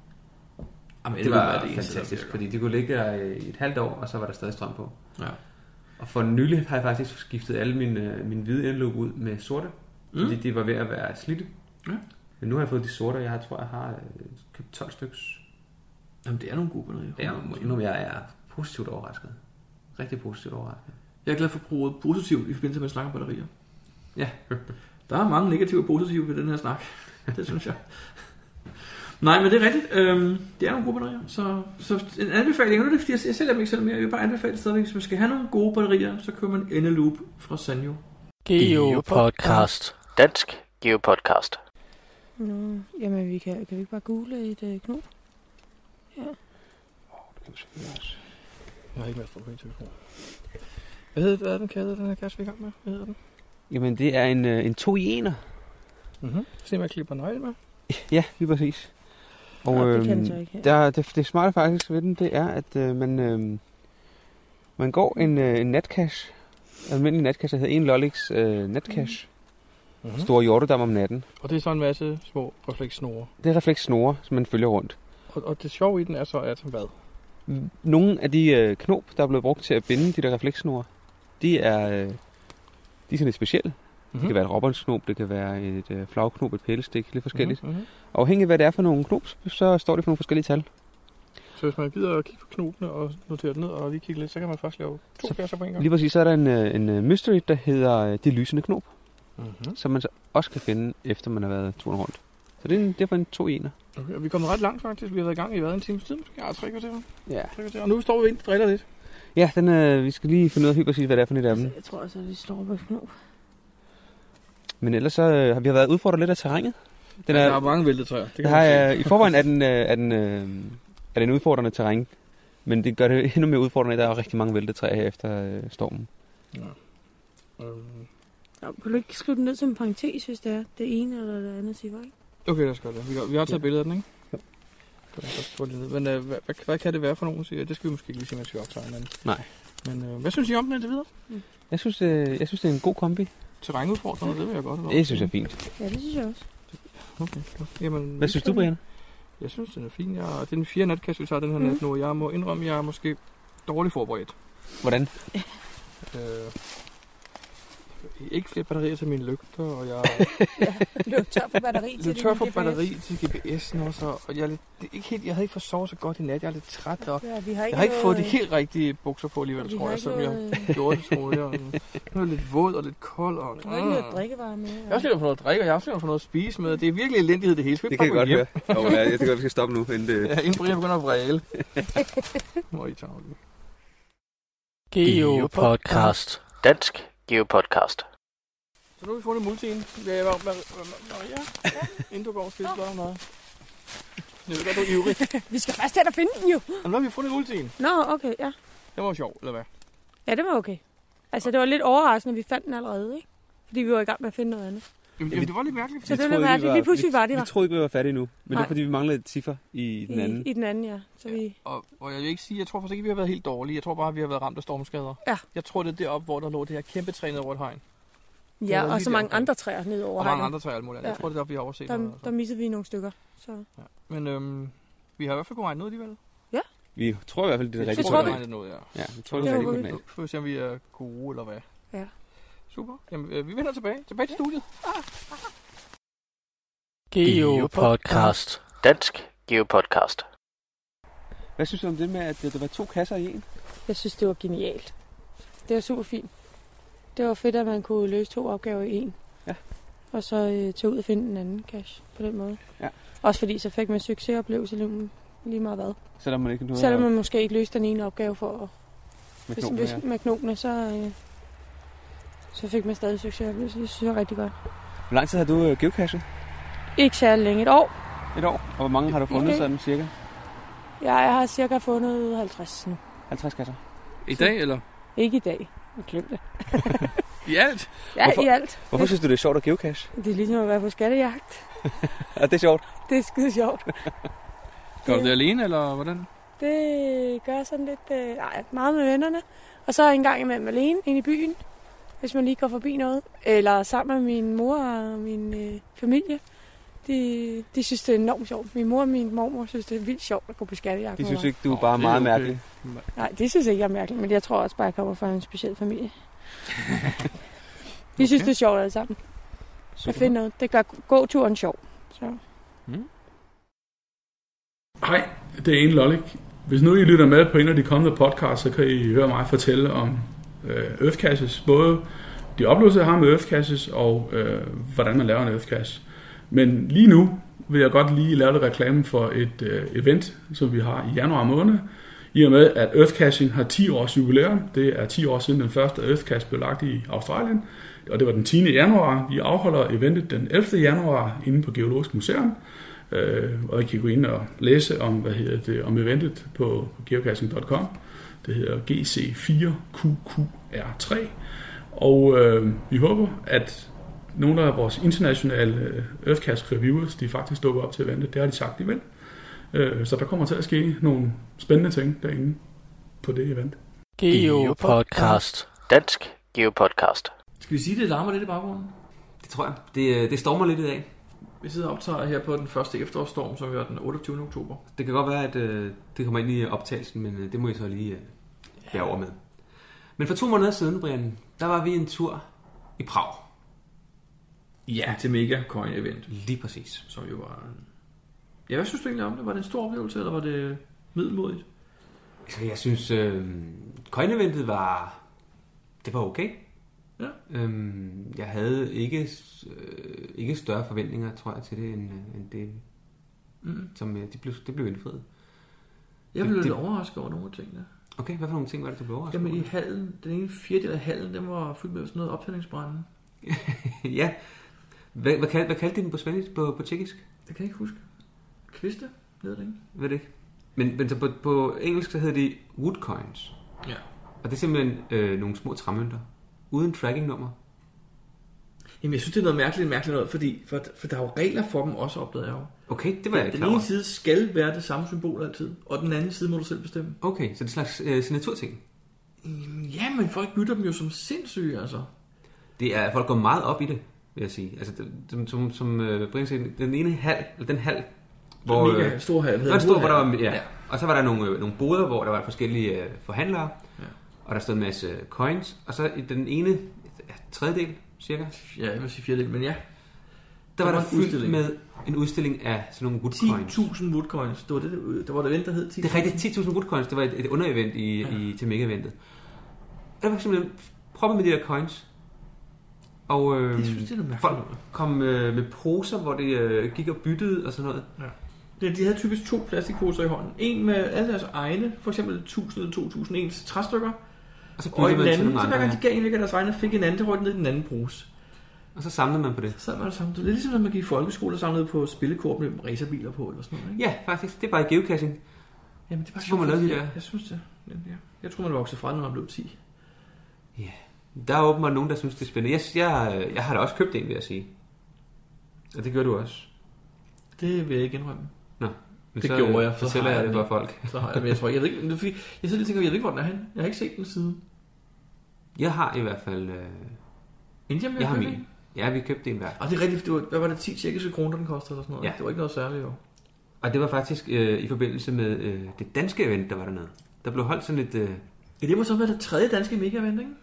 Jamen,
det var
det
fantastisk, fordi de kunne ligge der i et halvt år, og så var der stadig strøm på.
Ja.
Og for nylig har jeg faktisk skiftet alle mine, mine hvide Eneloop ud med sorte, mm. fordi de var ved at være slidte.
Ja.
Men nu har jeg fået de sorte, og jeg tror, jeg har købt tolv stykker.
Jamen, det er nogle gode batterier.
Det er nogle, jeg er positivt overrasket. Rigtig positivt overrasket.
Jeg er glad for at bruge positivt i forbindelse med at snakke om batterier.
Ja.
Der er mange negative og positive ved den her snak. Det synes jeg. Nej, men det er rigtigt. Øhm, det er nogle gode batterier. Så, så en anbefaling, nu er det fordi, jeg sælger dem ikke selv mere. Jeg vil bare anbefale stadigvæk, hvis man skal have nogle gode batterier, så køber man Eneloop fra Sanyo.
Geopodcast. Dansk Geopodcast.
Nå, jamen vi kan, kan vi ikke bare google et uh, knop? Ja.
Jeg har ikke mere strøm på min telefon. Hvad hedder, hvad er den kæde, den her kasse, vi er i gang med? Hvad hedder den?
Jamen, det er en, en to i ener.
Mm-hmm. Se, man klipper nøgle med.
Ja, lige præcis. Og
Nå, det
øh,
kan den så ikke, ja.
der, det, det smarte faktisk ved den, det er, at øh, man, øh, man går en, øh, en natcache, en almindelig natcache, der hedder en Lollix øh, natcache. Mm-hmm. Store hjortedam om natten.
Og det er så en masse små reflekssnore.
Det er reflekssnore, som man følger rundt.
Og, og det sjove i den er så, at hvad?
Nogle af de øh, knop, der er blevet brugt til at binde de der reflekssnore, de er, øh, de er sådan lidt specielle. Mm-hmm. Det kan være et robotsknop, det kan være et øh, flagknop, et pælestik, lidt forskelligt.
Mm-hmm.
Og afhængig af hvad det er for nogle knop, så står det for nogle forskellige tal.
Så hvis man gider at kigge på knopene og notere det ned og lige kigge lidt, så kan man først lave to
så,
kasser på en gang.
Lige præcis, så er der en, en mystery, der hedder De Lysende Knop, mm-hmm. som man så også kan finde, efter man har været turen rundt. Så det er, en, det er for en to ener.
Okay, og vi er kommet ret langt faktisk. Vi har været i gang i hvad, en times tid, måske? Ja, tre kvarter.
Ja.
Tre kvarter. Og nu står vi ind og driller lidt.
Ja, den, øh, vi skal lige finde ud af helt præcis, hvad det er for et af dem.
Jeg tror også, at det står på knop.
Men ellers så øh, har vi været udfordret lidt af terrænet. Den
ja,
er,
der er mange væltetræer. Det kan
har, øh, I forvejen er den, øh, er, den, øh, er den udfordrende terræn. Men det gør det endnu mere udfordrende, der er rigtig mange væltetræer her efter øh, stormen. Ja.
Um. Ja, kan du ikke skrive den ned som en parentes, hvis det er det ene eller det andet ciffer, ikke?
Okay, lad os gøre det. Vi har, vi har taget ja. billeder af den, ikke?
Ja.
Men øh, hvad, hvad, hvad kan det være for nogen? Det skal vi måske ikke lige se, mens vi optager. Men,
Nej.
Men øh, hvad synes I om den indtil videre?
Mm. Jeg, synes, øh, jeg synes, det er en god kombi.
Terrænudfordrende, det vil jeg godt have.
Det synes jeg er fint.
Ja, det synes jeg også.
Okay, jamen,
hvad synes du, Brian?
Jeg synes, den er fin. Jeg, det er den fjerde natkasse, vi tager den her mm. nat nu. Jeg må indrømme, jeg er måske dårligt forberedt.
Hvordan?
øh, ikke flere batterier til mine lygter, og jeg
ja, løb tør for batteri til,
tør for batteri til G P S'en også, og jeg, er lidt, det er ikke helt, jeg havde ikke fået sovet så godt i nat, jeg er lidt træt, og ja, vi har ikke jeg har ikke noget, fået de helt rigtige bukser på alligevel, tror jeg, som noget, jeg gjorde det, tror jeg. Nu er lidt våd og lidt kold, og
du har ikke noget drikkevarer med. Ja.
Jeg har også lidt for noget at drikke, og jeg har også lidt for noget at spise med, det er virkelig elendighed det hele. Skal
det kan jeg godt høre. Oh, ja, jeg tænker, vi skal stoppe nu, inden det...
Ja, inden Brian begynder at vræle. Må I tage
Geopodcast. Dansk Geopodcast.
Så nu har vi fundet multien. Ja, Maria, ja. Inden du går og skifter dig meget. Jeg ved godt, du er ivrig.
Vi skal først til at finde den jo.
Og nu har vi fundet multien.
Nå, okay, ja.
Det var sjovt, eller hvad?
Ja, det var okay. Altså, det var lidt overraskende, at vi fandt den allerede, ikke? Fordi vi var i gang med at finde noget andet.
Jamen, jamen det var lidt mærkeligt.
Så det var lidt mærkeligt. Lige pludselig var det var.
Vi troede ikke, vi var færdige nu. Men Nej. det er fordi, vi manglede et ciffer i den anden.
I, i den anden, ja. Så vi...
ja. Og, og jeg vil ikke sige, jeg tror faktisk ikke, vi har været helt dårlige. Jeg tror bare, vi har været ramt af stormskader.
Ja.
Jeg tror, det er deroppe, hvor der lå det her kæmpe træ ned over et hegn.
Ja, og så mange omkring. andre træer ned over
Og mange andre træer, alt muligt. Ja. Jeg tror, det er deroppe, vi har overset
der,
noget.
Der missede vi nogle stykker. Så.
Ja. Men øhm, vi har i hvert fald kunnet regne ud alligevel.
Ja.
Vi tror i hvert fald, det er rigtigt.
Det tror vi.
Noget, ja.
Ja, vi tror, det er rigtigt.
Nu får vi se, om vi er gode, eller hvad.
Ja.
Super. Jamen, øh, vi vender tilbage. Tilbage til studiet. Ah.
Geopodcast. Dansk Geopodcast.
Hvad synes du om det med, at der var to kasser i en?
Jeg synes, det var genialt. Det var super fint. Det var fedt, at man kunne løse to opgaver i en.
Ja.
Og så øh, tage ud og finde en anden cache på den måde.
Ja.
Også fordi, så fik man succesoplevelse lige, lige meget hvad.
Selvom man ikke
Selvom man måske ikke løste den ene opgave for
med
hvis,
knopene,
hvis,
ja.
med knopene, så, øh, så fik man stadig succesoplevelse. Det synes jeg var rigtig godt.
Hvor lang tid har du øh, geocachet?
Ikke særlig længe. Et år.
Et år? Og hvor mange har du fundet okay. sådan cirka?
Ja, jeg har cirka fundet halvtreds nu.
halvtreds kasser?
I dag, eller?
Ikke i dag. Jeg glemte det.
I alt?
Ja,
hvorfor,
i alt.
Hvorfor synes du, det er sjovt at geocache?
Det er ligesom at være på skattejagt.
Ja, det er sjovt.
Det er skide sjovt.
Gør du det alene, eller hvordan?
Det gør sådan lidt... Øh, nej, meget med vennerne. Og så en gang imellem alene inde i byen, hvis man lige går forbi noget. Eller sammen med min mor og min øh, familie. De, de synes, det er enormt sjovt. Min mor og min mormor synes, det er vildt sjovt at gå på skattejagt.
De synes ikke, du er bare oh, meget okay. mærkelig?
Nej, det synes jeg ikke, jeg er mærkelig. Men jeg tror også bare, jeg kommer fra en speciel familie. De synes, okay. det er sjovt alle sammen. At finde noget. Det gør gåturen sjov. Så.
Hmm. Hej, det er en Lollik. Hvis nu I lytter med på en af de kommende podcasts, så kan I høre mig fortælle om øh, Earth Caches. Både de oplevelser, jeg har med Earth Caches, og øh, hvordan man laver en Earth Cache. Men lige nu vil jeg godt lige lave lidt reklame for et øh, event, som vi har i januar måned. I og med, at Earth Caching har ti års jubilæum. Det er ti år siden den første Earth Cache blev lagt i Australien. Og det var den tiende januar. Vi afholder eventet den ellevte januar inde på Geologisk Museum. Øh, og I kan gå ind og læse om, hvad hedder det, om eventet på geocaching punktum com. Det hedder G C fire Q Q R tre. Og øh, vi håber, at nogle af vores internationale Earthcast reviewers, de faktisk dukker op til eventet. Det har de sagt, de vil. Øh, så der kommer til at ske nogle spændende ting derinde på det event.
GeoPodcast. Dansk GeoPodcast.
Skal vi sige, det larmer lidt i baggrunden?
Det tror jeg. Det, det stormer lidt i dag.
Vi sidder og optager her på den første efterårsstorm, som var den otteogtyvende oktober.
Det kan godt være, at øh, det kommer ind i optagelsen, men øh, det må I så lige øh, være over med. Men for to måneder siden, Brian, der var vi en tur i Prag.
Ja, til Mega Coin Event.
Lige præcis.
Som jo var... Ja, hvad synes du egentlig om det? Var det en stor oplevelse, eller var det middelmodigt?
Så jeg synes, øh, Coin Eventet var... Det var okay.
Ja.
Øhm, jeg havde ikke, øh, ikke større forventninger, tror jeg, til det, end, end det, mm. som øh, de blev, det blev indfriet.
Jeg blev
det,
lidt overrasket over nogle af tingene.
Okay, hvad for nogle ting var det, du blev overrasket
Jamen
over?
i hallen, den ene fjerdedel af hallen, den var fyldt med sådan noget optændingsbrænde.
Ja. Hvad, hvad, kald, hvad kaldte de den på svensk, på, på tjekkisk?
Det kan jeg ikke huske. Kviste, ved det ikke?
Ved det ikke. Men, men så på, på engelsk, så hedder de wood coins.
Ja.
Og det er simpelthen øh, nogle små træmønter. Uden tracking-nummer.
Jamen, jeg synes, det er noget mærkeligt, mærkeligt noget, fordi for, for der er jo regler for dem også, opdagede jeg jo.
Okay, det var jeg ikke klar
Den
over.
ene side skal være det samme symbol altid, og den anden side må du selv bestemme.
Okay, så det er en slags øh, signaturting.
Ja, men folk bytter dem jo som sindssyge, altså.
Det er, folk går meget op i det, vil jeg sige. Altså, det, som, som, som øh, Brian siger, den ene halv, eller den halv, hvor...
Den mega stor halv.
Der var en stor, hvor der var, ja. ja. Og så var der nogle, øh, nogle boder, hvor der var forskellige øh, forhandlere. Ja. Og der stod en masse coins, og så i den ene ja, tredjedel, cirka.
Ja, jeg vil sige fjerdedel, men ja.
Der,
der
var
var
der fyldt med en udstilling af sådan nogle woodcoins.
ti tusind woodcoins, det var det, der var det event, der hed ti tusind.
Det er rigtigt, ti tusind woodcoins, det var et, et underevent i, ja. i, til mega-eventet. Der var simpelthen proppet med de der coins. Og øh,
jeg synes, det er
folk kom øh, med poser, hvor det øh, gik og byttede og sådan noget.
Ja. De havde typisk to plastikposer i hånden. En med alle deres egne, for eksempel tusind eller to tusind ens træstykker. Og, så og en anden, så hver gang de gav en af deres egne, fik en anden, det røg ned i den anden pose.
Og så samlede man på det.
Så man samlede. Det er ligesom, når man gik i folkeskole og samlede på spillekort med racerbiler på, eller sådan noget, ikke?
Ja, faktisk. Det er bare geocaching.
Jamen, det er bare
så man lavede de der.
Jeg synes det. Ja. Jeg tror, man voksede fra, når man blev ti.
Ja. Der er åbenbart nogen, der synes, det er spændende. Jeg, jeg, jeg har da også købt en, vil jeg sige. Og det gør du også.
Det vil jeg ikke indrømme.
Nå.
Det så, gjorde jeg.
Så fortæller jeg det for folk.
Så har jeg, men jeg tror, jeg ved ikke, det er fordi, jeg sidder lige tænker, jeg ved ikke, hvor den er henne. Jeg har ikke set den siden.
Jeg har i hvert fald... Øh...
Indian,
jeg har min. Ja, vi købte en hver.
Og det er rigtigt, det var, hvad var det, ti tjekkiske kroner, den kostede eller sådan noget?
Ja.
Det var ikke noget særligt, jo.
Og det var faktisk øh, i forbindelse med øh, det danske event, der var dernede. Der blev holdt sådan lidt... Øh...
Ja, det må så være det tredje danske mega-event, ikke?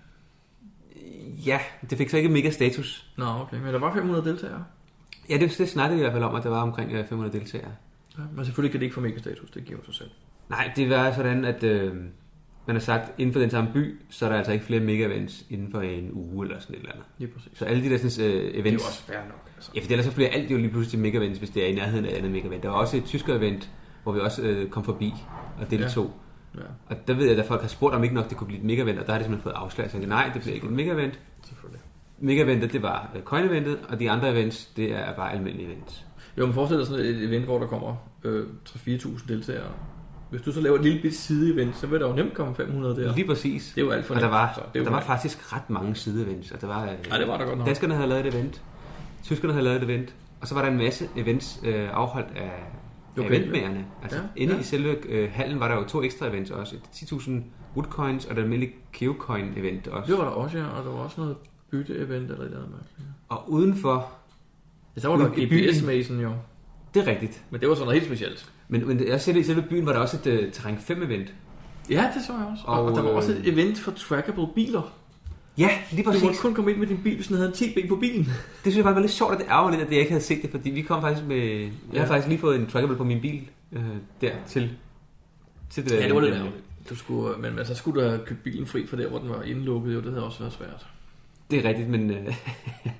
Ja, det fik så ikke mega status.
Nå, okay. Men der var fem hundrede deltagere?
Ja, det, det snakkede i hvert fald om, at der var omkring fem hundrede deltagere.
Ja, men selvfølgelig kan det ikke få mega status, det giver jo sig selv.
Nej, det var sådan, at øh, man har sagt, inden for den samme by, så er der altså ikke flere mega-events inden for en uge eller sådan et eller andet.
Lige præcis.
Så alle de der sådan, øh, events...
Det er jo også fair nok. Altså.
Ja, for ellers så bliver alt jo lige pludselig mega-events, hvis det er i nærheden af et andet mega-event. Der var også et tysker-event, hvor vi også øh, kom forbi og deltog. Ja. Ja. Og der ved jeg, at folk har spurgt, om ikke nok det kunne blive et mega-event, og der har de simpelthen fået afslag. Så jeg, nej, det bliver ikke et mega-event.
Selvfølgelig.
Mega-eventet, det var coin-eventet, og de andre events, det er bare almindelige events.
Jo, men forestil dig sådan et event, hvor der kommer øh, tre til fire tusind deltagere. Hvis du så laver et lille bit side-event, så vil der jo nemt komme fem hundrede der.
Lige præcis.
Det er jo alt for
nemt. Og der var,
så, det
der var faktisk ret mange side-events. Og der var,
ja, det var der godt nok.
Danskerne havde lavet et event, tyskerne havde lavet et event, og så var der en masse events øh, afholdt af okay, eventmagerne. Altså ja, inde ja. i selve øh, hallen var der jo to ekstra events også. ti tusind woodcoins og der almindelige geocoin event også.
Det var der også, ja. Og der var også noget bytte-event eller et eller andet. Ja.
Og udenfor...
Ja, så var der G P S-masen jo.
Det er rigtigt.
Men det var sådan noget helt specielt.
Men, men jeg ser det, i selve byen var der også et uh, Terræn fem event.
Ja, det så jeg også. Og, og der var også et event for trackable biler.
Ja, lige præcis.
Du måtte kun komme ind med din bil, hvis den havde en T B på bilen. Det
synes jeg faktisk var lidt sjovt, at det ærger lidt, at jeg ikke havde set det, fordi vi kom faktisk med... Jeg ja. har faktisk lige fået en trackable på min bil øh, der til, til det.
Ja, det var lidt ærgerligt. Du skulle, men altså, skulle du have købt bilen fri for der, hvor den var indlukket, jo, det havde også været svært.
Det er rigtigt, men... Øh...
ja.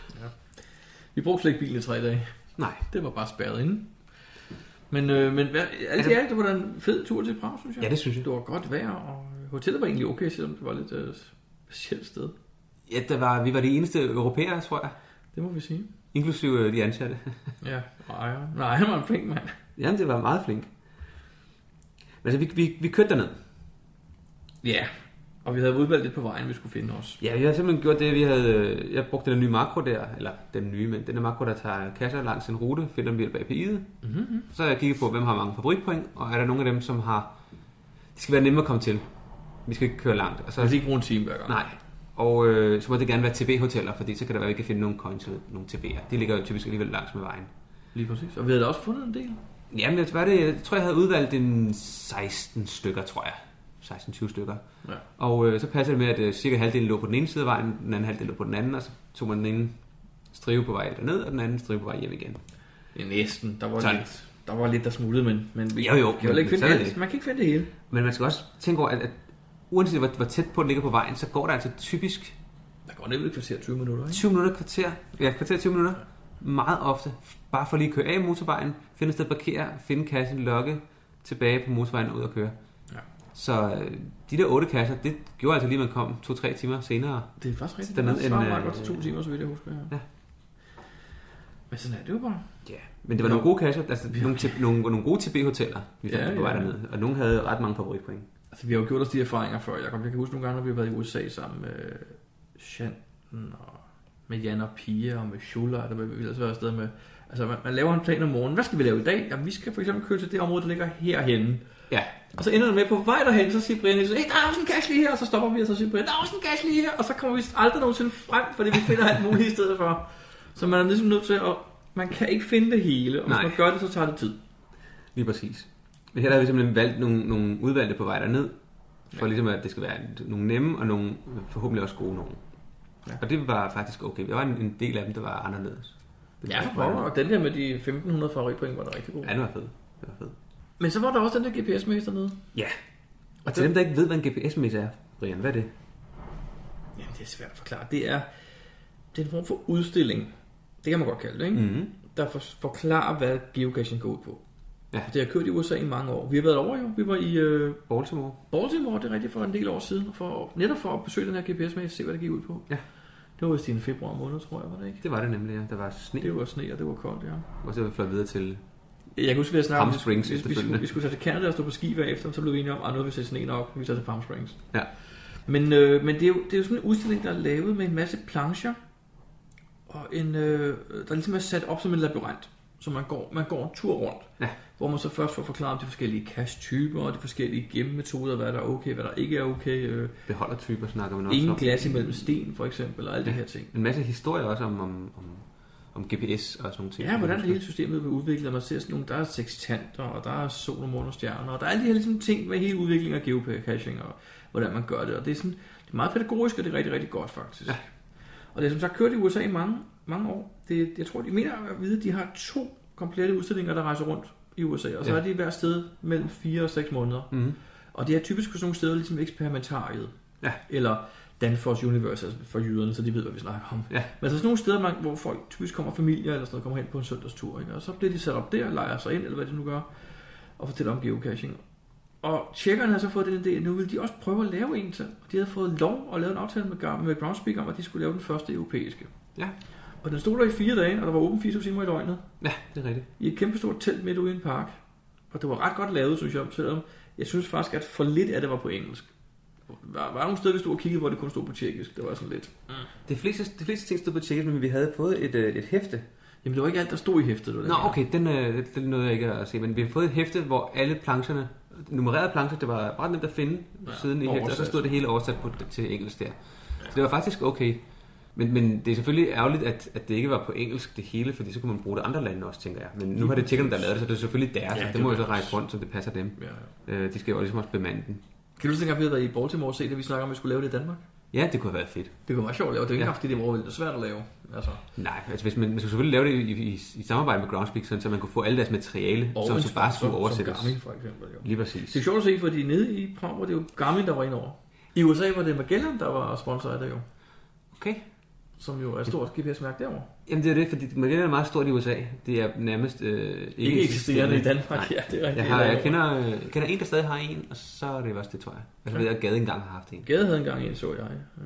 Vi brugte slet ikke bilen i tre dage.
Nej.
Det var bare spærret inde. Men, øh, men hvad, alt i alt, det var en fed tur til Prag, synes jeg.
Ja, det synes jeg.
Det var godt vejr, og hotellet var egentlig okay, selvom det var lidt øh, specielt sted.
Ja, der var, vi var de eneste europæere, tror jeg.
Det må vi sige.
Inklusive de ansatte.
Ja, nej, nej, han var en flink mand.
Jamen, det var meget flink. Men altså, vi, vi, vi kørte derned.
Ja. Og vi havde udvalgt det på vejen, vi skulle finde os.
Ja, vi havde simpelthen gjort det, vi havde... Jeg brugte den nye makro der, eller den nye, men den der makro, der tager kasser langs en rute, finder dem ved hjælp af A P I'et.
Mm-hmm.
Så har jeg kigget på, hvem har mange favoritpoint, og er der nogle af dem, som har... Det skal være nemmere at komme til. Vi skal ikke køre langt. Og så...
Vi skal ikke bruge en time hver gang.
Nej. Og øh, så må det gerne være T B-hoteller, fordi så kan det være, at vi kan finde nogle coins eller nogle T B'er. De ligger jo typisk alligevel langs med vejen.
Lige præcis. Og vi havde da også fundet en del.
Jamen, jeg tror, det, jeg tror, jeg havde udvalgt en seksten stykker, tror jeg. seksten tyve stykker. Ja. Og øh, så passer det med, at øh, cirka halvdelen lå på den ene side af vejen, den anden halvdel lå på den anden, og så tog man den ene strive på vej derned, og den anden strive på vej hjem igen.
Det er næsten. Der var,
Sådan.
lidt, der var lidt, der smuttede, men, men vi
jo, jo,
kan jo ikke finde det.
det.
Man kan ikke finde det hele.
Men man skal også tænke over, at, at uanset hvor, hvor tæt på den ligger på vejen, så går der altså typisk...
Der går nemlig et kvarter tyve minutter, ikke?
tyve minutter, kvarter. Ja, kvarter tyve minutter. Meget ofte. Bare for lige at køre af motorvejen, finde et sted at parkere, finde kassen, logge, tilbage på motorvejen og ud og køre. Ja. Så de der otte kasser, det gjorde altså lige, at man kom to-tre timer senere.
Det er faktisk rigtigt. Det var meget godt til to timer, så vidt jeg husker. Ja. Ja. Men sådan er det jo bare.
Ja, men det var jo nogle gode kasser, altså ja. nogle, nogle, nogle gode T B-hoteller, vi fandt ja, på vej
ja.
dernede. Og nogle havde ret mange favoritpoint.
Altså vi har jo gjort os de erfaringer før. Jeg kan, jeg kan huske nogle gange, når vi har været i U S A sammen med Shanten og med Jan og Pia og med Schuller, der vil altså være afsted med. Altså man, man laver en plan om morgenen. Hvad skal vi lave i dag? Jamen vi skal for eksempel køre til det område, der ligger herhenne.
Ja.
Og så ender det med på vej derhen, så siger Brian, hey, der er også en gas lige her, og så stopper vi, og så siger Brian, der er også en gas lige her, og så kommer vi aldrig nogensinde frem, fordi vi finder alt muligt i stedet for. Så man er ligesom nødt til at, man kan ikke finde det hele, og hvis man gør det, så tager det tid.
Lige præcis. Men her har vi simpelthen valgt nogle, nogle udvalgte på vej derned, for ja. ligesom at det skal være nogle nemme, og nogle forhåbentlig også gode nogen. Ja. Og det var faktisk okay. Der var en, en del af dem, der var anderledes. Det
ja, for pokker, og den der med de femten hundrede favoritpoint var der rigtig god.
Ja, det var fed. Det var fed.
Men så var der også den der G P S-mæs dernede.
Ja. Og til dem, der ikke ved, hvad en G P S-mæs er, Brian, hvad er det?
Jamen, det er svært at forklare. Det er, det er en form for udstilling. Det kan man godt kalde det, ikke?
Mm-hmm.
Der for, forklarer, hvad geocaching går ud på.
Ja.
Det har kørt i U S A i mange år. Vi har været over jo. Vi var i uh,
Baltimore.
Baltimore, det er rigtigt, for en del år siden. For, netop for at besøge den her G P S-mæs, se hvad det gik ud på.
Ja.
Det var vist i en februar måned, tror jeg, var det ikke?
Det var det nemlig, ja. Der var sne.
Det var sne, og det var koldt, ja.
Og så var vi fløjet videre til...
Jeg kan huske, vi havde snakket om,
Palm Springs,
vi, vi, vi, skulle, vi skulle tage til Canada og stå på ski bagefter, så blev vi enige om, at nu har vi set sne nok, vi tager til Palm Springs.
Ja.
Men, øh, men det, er jo, det er jo sådan en udstilling, der er lavet med en masse plancher, og en, øh, der ligesom er sat op som en labyrint, så man går, man går en tur rundt,
ja.
hvor man så først får forklaret om de forskellige cache-typer, og de forskellige gemmemetoder, hvad der er okay, hvad der ikke er okay. Øh,
Beholdertyper snakker man også
ingen
om.
Ingen glas imellem sten, for eksempel, og alle ja. de her ting.
En masse historier også om... om, om om G P S og sådan nogle ting.
Ja, hvordan det hele systemet bliver udviklet. Man ser sådan nogle, der er sextanter, og der er sol og måne og stjerner, og der er alle de her ligesom, ting med hele udviklingen af geocaching, og hvordan man gør det. Og det er, sådan, det er meget pædagogisk, og det er rigtig, rigtig godt faktisk. Ja. Og det er som sagt kørt i U S A i mange, mange år. Det, jeg tror, de mener at vide, at de har to komplette udstillinger, der rejser rundt i U S A, og så ja. er de hver sted mellem fire og seks måneder.
Mm-hmm.
Og det er typisk på sådan nogle steder, ligesom eksperimentariet.
Ja.
Eller Danfoss Universe, altså for jyderne, så de ved, hvad vi snakker om.
Ja.
Men så sådan nogle steder, hvor folk typisk kommer familier eller sådan noget, kommer hen på en søndagstur, ikke? Og så bliver de sat op der, leger sig ind, eller hvad de nu gør, og fortæller om geocaching. Og tjekkerne har så fået den idé, nu vil de også prøve at lave en til, og de havde fået lov at lave en aftale med, med Groundspeak om, at de skulle lave den første europæiske.
Ja. Og
den stod der i fire dage, og der var åben fireogtyve timer i døgnet.
Ja, det er rigtigt.
I et kæmpe stort telt midt ude i en park. Og det var ret godt lavet, synes jeg, selvom jeg synes faktisk, at for lidt af det var på engelsk. Der var nogle steder, vi stod og kiggede, hvor det kun stod på tjekkisk. Det var sådan lidt... Mm.
De fleste, de fleste ting stod på tjekkisk, men vi havde fået et, et hæfte.
Jamen, det var ikke alt, der stod i hæftet.
Nå, okay, den, den nåede jeg ikke at se. Men vi har fået et hæfte, hvor alle plancherne, nummererede plancher, det var ret nemt at finde ja, siden i hæftet, og så stod det hele oversat på, til engelsk der. Ja. Så det var faktisk okay. Men, men det er selvfølgelig ærgerligt, at, at det ikke var på engelsk det hele, fordi så kunne man bruge det andre lande også, tænker jeg. Men nu har det tjekkerne, der lavet det, så det er selvfølgelig deres, ja, det, det må jo så rejse rundt, så det passer dem. Ja, ja. De skal jo ligesom også bemande den.
Kan du huske, at vi havde været i Baltimore og set, at vi snakker om, at vi skulle lave det i Danmark?
Ja, det kunne have været fedt.
Det kunne være sjovt at lave. Det er ikke ja. haft, det var overvældet svært at lave. Altså.
Nej, altså hvis man, man skulle selvfølgelig lave det i, i, i samarbejde med Groundspeak, så man kunne få alle deres materiale, og som så bare skulle oversættes.
Som Garmin for eksempel. Jo.
Lige præcis.
Det er sjovt at se, fordi nede i Prag var det jo Garmin, der var inde over. I U S A var det Magellan, der var sponsor af det jo.
Okay.
Som jo er et stort G P S-mærke derovre.
Jamen det er det, fordi Magellan er meget stort i U S A. Det er nærmest øh, ikke,
ikke eksisterende i Danmark. Nej. Ja, det er rigtigt.
Jeg, har, jeg, kender, jeg kender en, der stadig har en, og så er det også det, tror jeg. Jeg ved, at Gade engang har haft en.
Gade havde engang en, så jeg. Ja.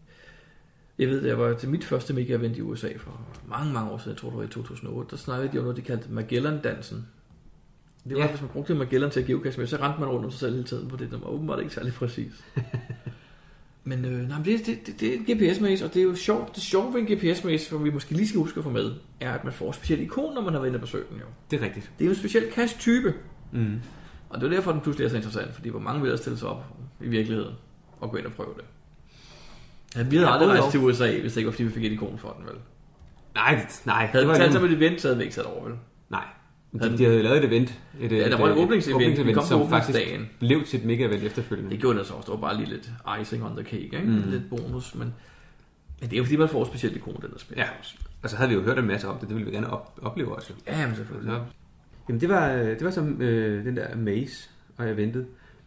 Jeg ved, jeg var til mit første mega-event i U S A for mange, mange år siden, jeg tror det var i to tusind og otte, der snakkede de om noget, de kaldte Magellan-dansen. Det var, ja. Hvis man brugte Magellan til at geocache med, så rendte man rundt om sig selv hele tiden på det, der var åbenbart ikke særlig præcis. Men øh, nej, det, det, det, det er en G P S-maze, og det er jo sjovt. Det sjove ved en G P S-maze, som vi måske lige skal huske at få med, er, at man får et specielt ikon, når man har været inde og besøgt den jo.
Det er rigtigt.
Det er jo en speciel cache-type.
Mm.
Og det er derfor, den pludselig er så interessant, fordi hvor mange vil der stille sig op i virkeligheden og gå ind og prøve det. Ja, vi havde
ja,
aldrig rejst til U S A, hvis det ikke var, fordi vi fik et ikon for den, vel?
Nej, det, nej.
Havde det talt sig med et event, så havde vi ikke sat over, vel?
Nej. De, de havde lavet et event. Et,
ja, der var et åbningsevent, vi kom
som
på
faktisk
dagen.
blev til et mega-event efterfølgende.
Det gjorde det så også. Det var bare lige lidt icing on the cake, ikke? Mm. Lidt bonus, men, men det er jo fordi, man får et specielt ikon, den der spiller.
Ja, og så havde vi jo hørt en masse om det. Det ville vi gerne op- opleve også.
Ja, men selvfølgelig.
Så, jamen, det var, det var som øh, den der maze og eventet.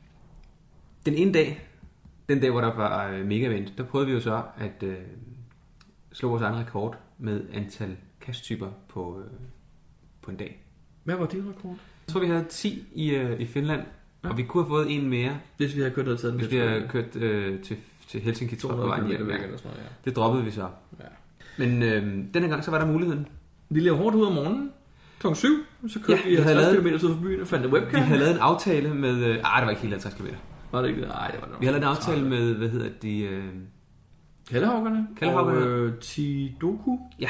Den ene dag, den dag, hvor der var øh, mega-event, der prøvede vi jo så at øh, slå vores egen rekord med antal cache-typer på, øh, på en dag.
Hvad var din rekord?
Jeg tror, vi havde ti i, øh, i Finland, ja. Og vi kunne have fået en mere.
Hvis vi havde kørt, taget den
hvis vi havde kørt øh, til, til Helsinki, tror jeg, på vejen hjem. Ja.
Sådan noget, ja.
Det droppede vi så.
Ja.
Men øh, denne gang, så var der muligheden.
Vi lavede hårdt ud om morgenen. klokken syv, så kørte
ja,
vi halvtreds
lavet,
kilometer ud fra byen og fandt en webcam.
Vi havde lavet en aftale med... Øh, ah, det var ikke helt halvtreds kilometer.
Var det ikke det? Nej, det var det.
Vi havde lavet en aftale med, hvad hedder de... Øh,
Kallehaugerne.
Kallehaugerne.
Og øh, Tidoku.
Ja.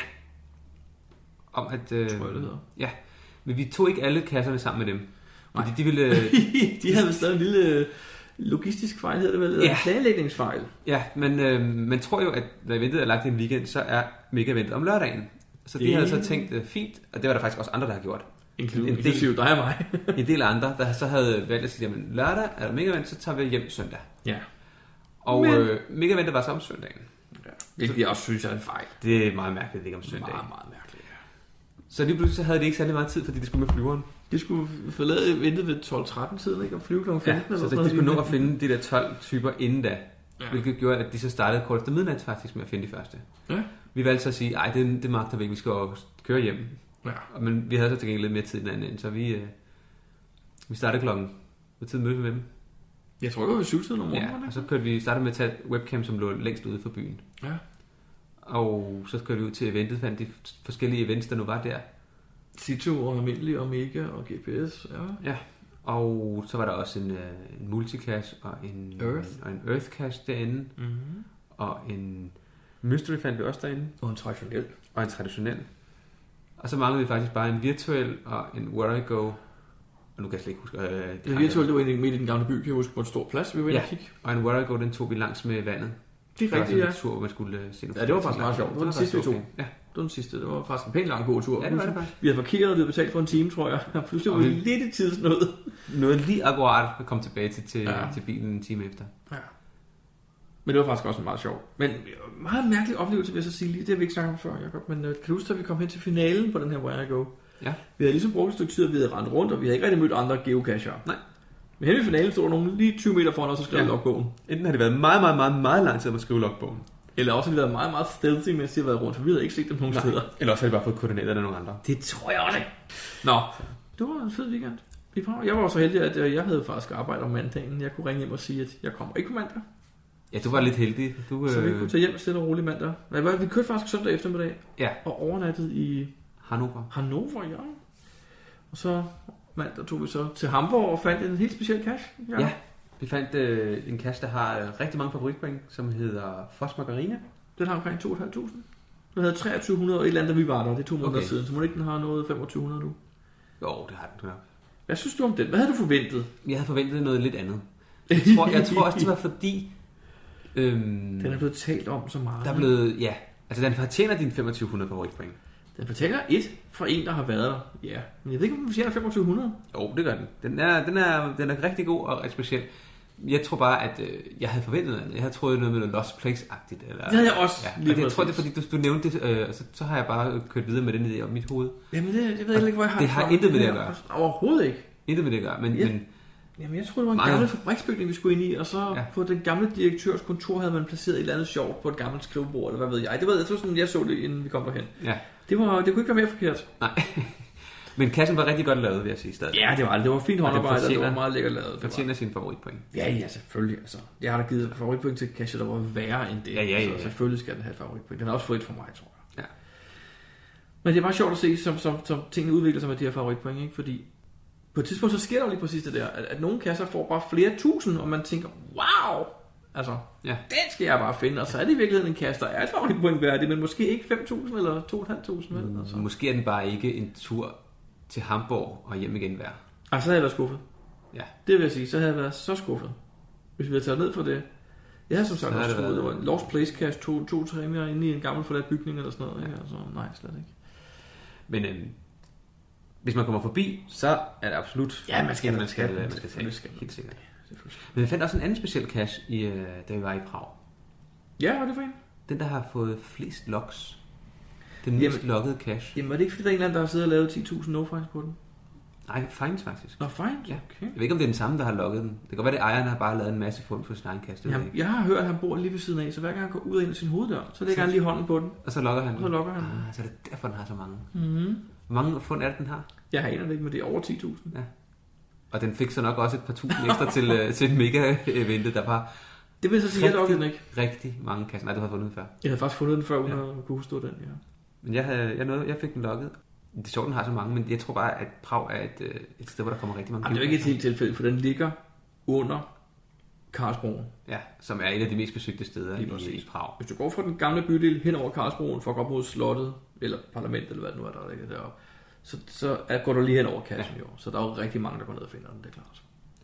Om at... Øh,
tror jeg, det hedder.
Ja. Men vi tog ikke alle kasserne sammen med dem. Fordi
Nej.
de ville... Øh,
de havde stadig en lille logistisk fejl, hedder det vel? Eller
ja.
Planlægningsfejl.
Ja, men øh, man tror jo, at når eventet er lagt i en weekend, så er mega-eventet om lørdagen. Så de det... havde så tænkt øh, fint, og det var der faktisk også andre, der har gjort.
Inklusive dig og mig.
En del andre, der så havde valgt at sige, jamen lørdag er der mega-event, så tager vi hjem søndag.
Ja.
Og men... øh, mega-eventet var så om søndagen.
Ja. Hvilket jeg også synes er en fejl.
Det er meget mærkeligt, ikke om søndagen.
Meget, meget mærkeligt, ja.
Så lige pludselig så havde de ikke særlig meget tid, fordi de skulle med flyveren.
De skulle forlade eventet ved tolv tretten tiden, ikke? Og flyve klokken femten.
Ja, så
eller
de skulle nå at finde de der tolv typer inden da. Ja. Hvilket gjorde, at de så startede kort efter midnat faktisk med at finde de første. Ja. Vi valgte så at sige, ej, det, det magter vi ikke, vi skal køre hjem. Ja. Men vi havde så til gengæld lidt mere tid end anden, så vi, øh, vi startede klokken, hvor tid mødte vi med dem?
Jeg tror, det var ved syv-tiden om morgenen.
Ja, og så kørte vi, startede med at tage webcam, som lå længst ude for byen.
Ja.
Og så kørte vi ud til eventet, fandt de forskellige events, der nu var der.
Situ og Almindelig og Mega og G P S, ja.
Ja, og så var der også en, en multicache og en
Earth,
og en Earth cache derinde.
Mm-hmm.
Og en Mystery fandt vi også derinde.
Og en traditionel.
Og en traditionel. Og så manglede vi faktisk bare en virtuel og en Where I Go. Og nu kan jeg slet ikke huske. Øh,
det virtuelle, det var egentlig midt i den gamle by, kan jeg huske, på en stor plads, vi var inde og kigge.
Og en Where I Go, den tog vi langs med vandet.
Det er rigtigt, ja.
En tur, hvor man skulle se
ja, det var faktisk meget sjovt. Det var den sidste, vi tog.
Ja.
Det var den sidste. Det var faktisk en pæn lang god tur.
Ja, det var det faktisk.
Vi havde parkeret, og vi havde betalt for en time, tror jeg. Og pludselig var vi lidt i tidsnød.
Noget lige akkurat at komme tilbage til, til,
ja.
til bilen en time efter. Ja.
Men det var faktisk også meget sjovt. Men meget mærkelig oplevelse, vil jeg så sige lige. Det har vi ikke snakket om før, Jacob. Men kan du huske, at vi kom hen til finalen på den her Where I Go?
Ja.
Vi havde ligesom brugt et stykke tid, og vi havde rendt rundt, og vi havde ikke rigtig mødt andre geocacher. Nej. Men hen i finalen stod der nogen lige tyve meter foran os og skrev ja. logbogen.
Enten har det været meget, meget, meget, meget lang tid om at skrive logbogen.
Eller også har de været meget, meget stealthy, mens de har været rundt, for vi havde ikke set dem nogen steder.
Eller også har de bare fået koordinater af nogle andre.
Det tror jeg også ikke. Nå, det var en fed weekend. Jeg var også så heldig, at jeg havde faktisk arbejdet om mandagen. Jeg kunne ringe hjem og sige, at jeg kommer ikke på mandag.
Ja, du var lidt heldig. Du,
så vi kunne tage hjem stille og roligt mandag. Nej, vi kørte faktisk søndag eftermiddag.
Ja.
Og overnattede i
Hannover.
Hannover, ja. Og så mandag tog vi så til Hamburg og fandt en helt speciel cache.
Ja, ja, vi fandt øh, en cache, der har øh, rigtig mange favoritpoint, som hedder Foss Margarine.
Den har omkring to tusind fem hundrede. Den havde treogtyve hundrede og et eller andet, da vi var der. Det er to måneder okay. siden, så må ikke den har noget femogtyve hundrede nu.
Jo, det har den nok.
Hvad synes du om den? Hvad havde du forventet?
Jeg havde forventet noget lidt andet. Jeg tror, jeg tror også, det var fordi... Øhm,
den er blevet talt om så meget.
Der er blevet, ja. Altså, den fortjener dine femogtyve hundrede favoritpoint.
Den fortæller et for en, der har været der. Ja, men jeg ved ikke, om den fortjener femogtyve hundrede.
Jo, det gør den. Den er, den er, den er rigtig god og ret speciel. Jeg tror bare, at øh, jeg havde forventet noget. Jeg havde troet noget med noget Lost Place-agtigt. Eller,
det havde jeg også.
Ja. Og det, jeg tror, det er fordi, du, du nævnte det, øh, så, så har jeg bare kørt videre med den idé om mit hoved.
Jamen, det, jeg ved ikke, hvor jeg har
det. Det har intet med det at gøre.
Overhovedet ikke.
Intet med det at gøre, men...
Ja.
men
Jamen, jeg troede, det var en gammel fabriksbygning, vi skulle ind i, og så ja. På den gamle direktørs kontor havde man placeret et eller andet sjovt på et gammelt skrivebord, eller hvad ved jeg. Det ved jeg, så sådan, jeg så det, inden vi kom derhen. Ja. Det, var, det kunne ikke være mere forkert.
Nej. Men kassen var rigtig godt lavet, vil jeg sige stadig.
Ja, det var det. Det var fint håndarbejde, og det var meget lækkert lavet.
Det fortjener sin favoritpoint.
Ja, ja, selvfølgelig. Altså, jeg har da givet favoritpoint til kasse, der var værre end det.
Ja, ja, ja, ja.
Så selvfølgelig skal den have favoritpoint. Den er også frit for mig, tror jeg.
Ja.
Men det er bare sjovt at se, som, som, som tingene udvikler sig med de her favoritpoint, ikke? Fordi på et tidspunkt, så sker der lige præcis det der, at, at nogle kasser får bare flere tusind, og man tænker, wow, Altså,
ja.
den skal jeg bare finde, og så er det i virkeligheden en kasse, der er et favoritpoint værdig, men måske ikke fem tusind eller to tusind fem hundrede.
Mm,
altså.
Måske er den bare ikke en tur til Hamburg og hjem igen værd.
Og så havde jeg været skuffet.
Ja.
Det vil jeg sige, så havde jeg været så skuffet, hvis vi havde taget ned for det. Jeg havde som sagt også troet, det var en Lost Place Cache, to, to træninger inde i en gammel forladt bygning eller sådan noget. Ja. Ikke? Altså, nej, slet ikke.
Men øhm, hvis man kommer forbi, så er det absolut...
Ja, man skal,
man skal, man skal, man skal tage.
Skal,
helt sikkert. Men jeg fandt også en anden speciel cache, i, øh, da vi var i Prag.
Ja, var det for en?
Den, der har fået flest logs. Den mest loggede cache.
Jamen, var det ikke fordi, der er en eller anden, der har siddet og lavet ti tusind no-finds på den?
Nej, finds faktisk.
Nå, finds?
Ja.
Okay.
Jeg ved ikke, om det er den samme, der har logget den. Det kan godt være, at ejeren har bare lavet en masse fund på sin egen cache.
Jamen, jeg har hørt, at han bor lige ved siden af, så hver gang han går ud og ind af sin hoveddør, så lægger han lige hånden på den.
Og så logger han
Og så logger han.
Ah, så er det derfor, den har så mange.
Mm-hmm.
Hvor mange fund er det, den har?
Jeg har en af det ikke, men det er over ti tusind.
Ja. Og den fik så nok også et par tusind ekstra til, uh, til et mega-eventet, der var...
Det vil så sige, at jeg loggede den ikke.
Rigtig mange kasser. Nej, du har fundet den før.
Jeg havde faktisk fundet den før, uden
ja.
at kunne huske den, ja.
Men jeg, havde, jeg, nåede, jeg fik den logget. Det er sjovt, den har så mange, men jeg tror bare, at Prag er et, et sted, hvor der kommer rigtig mange...
Jamen, det er jo ikke et helt tilfælde, for den ligger under Karlsbroen.
Ja, som er et af de mest besøgte steder i, i Prag.
Hvis du går fra den gamle bydel hen over Karlsbroen for at gå op mod slottet, eller parlamentet, eller hvad det nu er, der ligger deroppe, så, så er, går du lige hen over kassen, ja. jo. Så der er jo rigtig mange, der går ned og finder den, det er klart.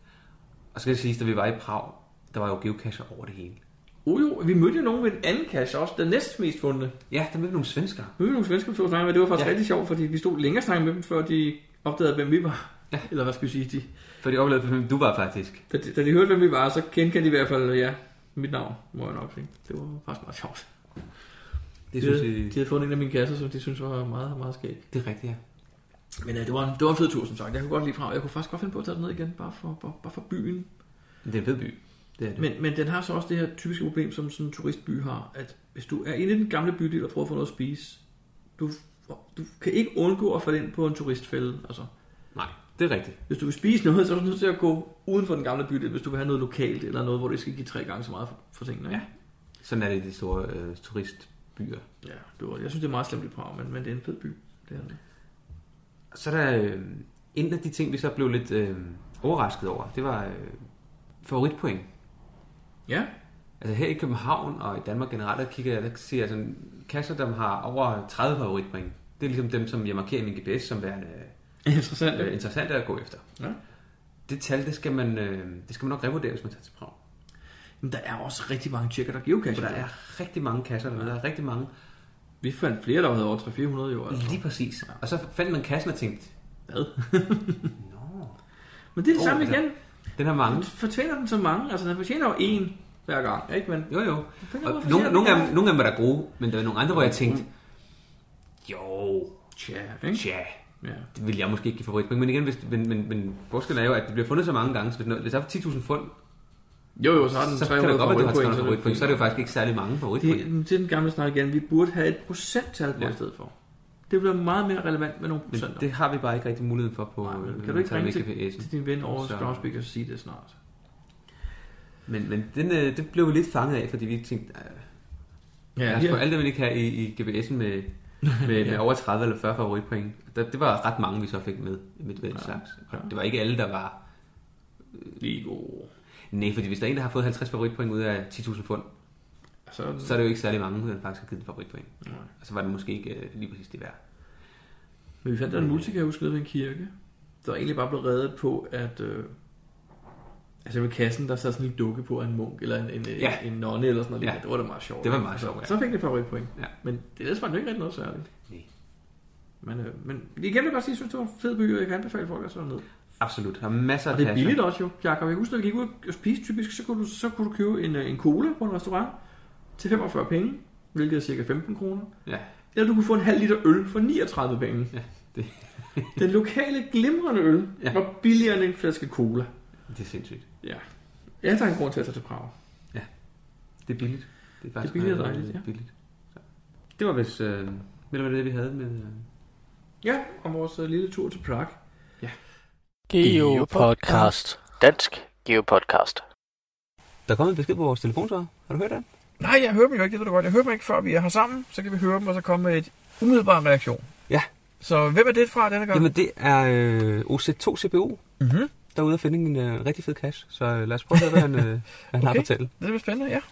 Og så skal jeg sige, da vi var i Prag, der var jo geocacher over det hele.
Oh, jo, vi mødte jo nogen ved en anden cache også, den næst mest fundne.
Ja, der mødte nogle svenskere.
Vi mødte nogle svenskere, vi snakke med. Det var faktisk ja. rigtig sjovt, fordi vi stod længere snakke med dem, før de opdagede, hvem vi var.
Ja.
Eller hvad skal vi sige? De...
For de oplevede, hvem du var faktisk.
Da de, da de hørte, hvem vi var, så kendte de i hvert fald, ja, mit navn, må jeg nok sige. Det var faktisk meget sjovt.
Det
de,
synes
havde,
jeg...
de havde fundet en af mine kasser, som de synes var meget, meget skæg.
Det er rigtigt, ja.
Men uh, det, var en, det var en fed tur, som sagt. Jeg kunne godt lide Prag. Jeg kunne faktisk godt finde på at tage den ned igen, bare for, bare, bare for byen.
Det er en fed by. Det er det.
Men, men den har så også det her typiske problem, som sådan en turistby har, at hvis du er inde i den gamle bydel og prøver at få noget at spise, du, du kan ikke undgå at få ind på en turistfælde. Altså.
Nej, det er rigtigt.
Hvis du vil spise noget, så er du nødt til at gå uden for den gamle bydel, hvis du vil have noget lokalt, eller noget, hvor det skal give tre gange så meget for, for tingene.
Ja, sådan er det i de store øh, turistbyer.
Ja, det var, jeg synes, det er meget slemt i Prag, men, men det er en fed by. Det er det.
Så der øh, en af de ting, vi så blev lidt øh, overrasket over, det var øh, favoritpoint.
Ja.
Altså her i København og i Danmark generelt, der kigger jeg, der siger altså kasser, der har over tredive favoritpoint. Det er ligesom dem, som jeg markerer i min G P S som værende
interessant,
øh, interessant at gå efter.
Ja.
Det tal, det skal man, øh, det skal man nok revurdere, hvis man tager til Prag.
Men der er også rigtig mange tjekker, der geocacher.
Der er rigtig mange kasser, der, der er rigtig mange.
Vi fandt flere, der havde over tre til fire hundrede jo. Altså.
Lige præcis. Ja. Og så fandt man kassen og tænkte,
hvad?
Nå.
Men det er det oh, samme igen.
Altså, den har mange.
Fortjener den så mange? Altså den fortjener jo en hver gang, ikke? Men
jo jo. Og nogle, nogle, af dem, nogle af dem var der gode, men der var nogle andre, hvor jeg tænkte, jo,
tja, ikke?
Tja.
Ja.
Det vil jeg måske ikke give favoritpoint, men igen, hvis, men, men, men forskellen er jo, at det bliver fundet så mange gange, så hvis, hvis der er ti tusind fund,
jo jo, så har den
så
tre hundrede
favoritpoint, favoritpoint, så er det jo faktisk ikke særlig mange favoritpoint.
Det, det er den gamle snak igen. Vi burde have et procenttal på ja. i stedet for. Det bliver meget mere relevant med nogle procenter.
Men det har vi bare ikke rigtig mulighed for på.
Nej, kan du ikke ringe til, til din ven over Groundspeak og sige det snart?
Men, men den, øh, det blev vi lidt fanget af, fordi vi tænkte, øh, ja, lad os få alt det, vi ikke kan i, i G P S'en med, med, ja. med over tredive eller fyrre favoritpoint. Det var ret mange, vi så fik med med den ja. slags. Og det var ikke alle, der var
øh, lige gode.
Nej, fordi hvis der er en, der har fået halvtreds favoritpoint ud af ti tusind fund, så, så er det jo ikke særlig mange, der faktisk har givet en favoritpoint. Ja. Og så var det måske ikke øh, lige præcis det værd.
Men vi fandt der en multicare ved en kirke, der egentlig bare blev reddet på, at øh, altså ved kassen, der sad sådan en dukke på en munk, eller en, en,
ja.
en, en nonne, eller sådan noget. Ja. Det var da meget sjovt.
Det var meget sjovt, ja.
Så fik det et favoritpoint.
Ja.
Men det ellers var det ikke rigtig noget særligt.
Nej.
Men, øh, men igen vil jeg bare sige, at jeg synes, det var en fed by, og jeg kan anbefale folk at slå ned.
Absolut. Der er masser af
og det er billigt også jo, Jakob. Jeg husker, når vi gik ud og spise typisk, så kunne du, så kunne du købe en, en cola på en restaurant til femogfyrre penge, hvilket er cirka femten kroner.
Ja.
Eller du kunne få en halv liter øl for niogtredive penge.
Ja, det.
Den lokale glimrende øl ja. var billigere end en flaske cola.
Det er sindssygt.
Ja. Jeg tager en grund til at tage til Prag.
Ja, det er billigt. Det er faktisk
det er billigt og dejligt, ja.
billigt. Så. Det var vist øh, det, vi havde med... Øh...
Ja, om vores uh, lille tur til Prag.
Ja.
GeoPodcast. Dansk GeoPodcast.
Der er kommet en besked på vores telefonsvarer. Har du hørt den?
Nej, jeg hører dem jo ikke, det ved du godt. Jeg hører dem ikke, før vi er her sammen. Så kan vi høre dem, og så komme med et umiddelbar reaktion.
Ja.
Så hvem er det fra denne gang?
Jamen, det er øh, O Z to C P U.
Mm-hmm.
derude og finde en uh, rigtig fed cash. Så uh, lad os prøve at høre, hvad han, uh, hvad han
okay.
har at fortælle.
Det bliver spændende, ja.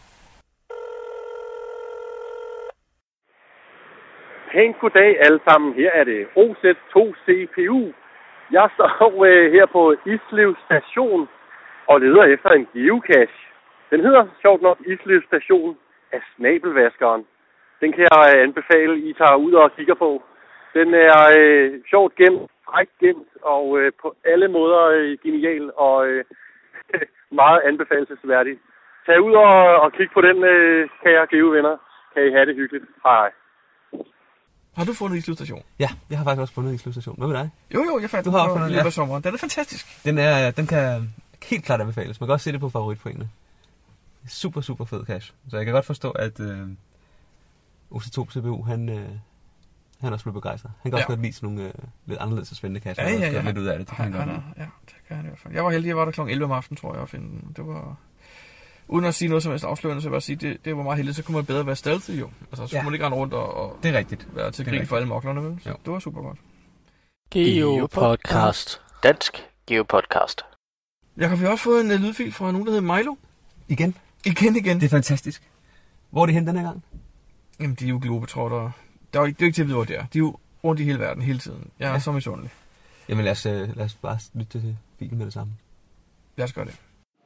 Pænt goddag alle sammen. Her er det O Z to C P U. Jeg står uh, her på Islev Station og leder efter en geocache. Den hedder sjovt nok Islev Station af snabelvaskeren. Den kan jeg uh, anbefale, I tager ud og kigger på. Den er uh, sjovt gemt, frækt gemt og uh, på alle måder uh, genial og uh, meget anbefalesværdig. Tag ud og, og kig på den, uh, kære geovenner. Kan I have det hyggeligt. Hej.
Har du fundet Islev Station?
Ja, jeg har faktisk også fundet Islev Station. Hvad med dig?
Jo, jo, jeg fandt
du har også fundet
den i sommeren. Den er fantastisk.
Den, er, den kan helt klart anbefales. Man kan også se det på favoritpointene. Super, super fed cache. Så jeg kan godt forstå, at øh, O Z to C P U, han, øh, han også blev begejstret. Han kan også ja. godt lide sådan nogle øh, lidt anderledes og spændende cache.
Ja, ja, ja.
Lidt ud af det. Det kan
ja,
han
ja,
godt
ja, det kan han i hvert fald. Jeg var heldig, jeg var der klokken elleve om aftenen, tror jeg, at finde den. Det var... Uden at sige noget som helst afslørende, så vil jeg sige, det, det var meget heldigt, så kunne man bedre være stealthy jo. Altså, så ja. kunne man ikke rende rundt og, og
det er rigtigt.
være til grin for alle moklerne, vel? Så det var super godt.
Geopodcast. Dansk Geopodcast.
Jeg har vi også fået en uh, lydfil fra nogen, der hedder Milo.
Igen?
Igen, igen.
Det er fantastisk. Hvor er de hen den her gang?
Jamen, de er jo globetrottere. Der er jo ikke, det er ikke til at vide, hvor det er. De er jo rundt i hele verden, hele tiden. Jeg er ja. så misundelig.
Jamen, lad os, uh, lad os bare lytte til filen med det samme.
Lad os gøre det.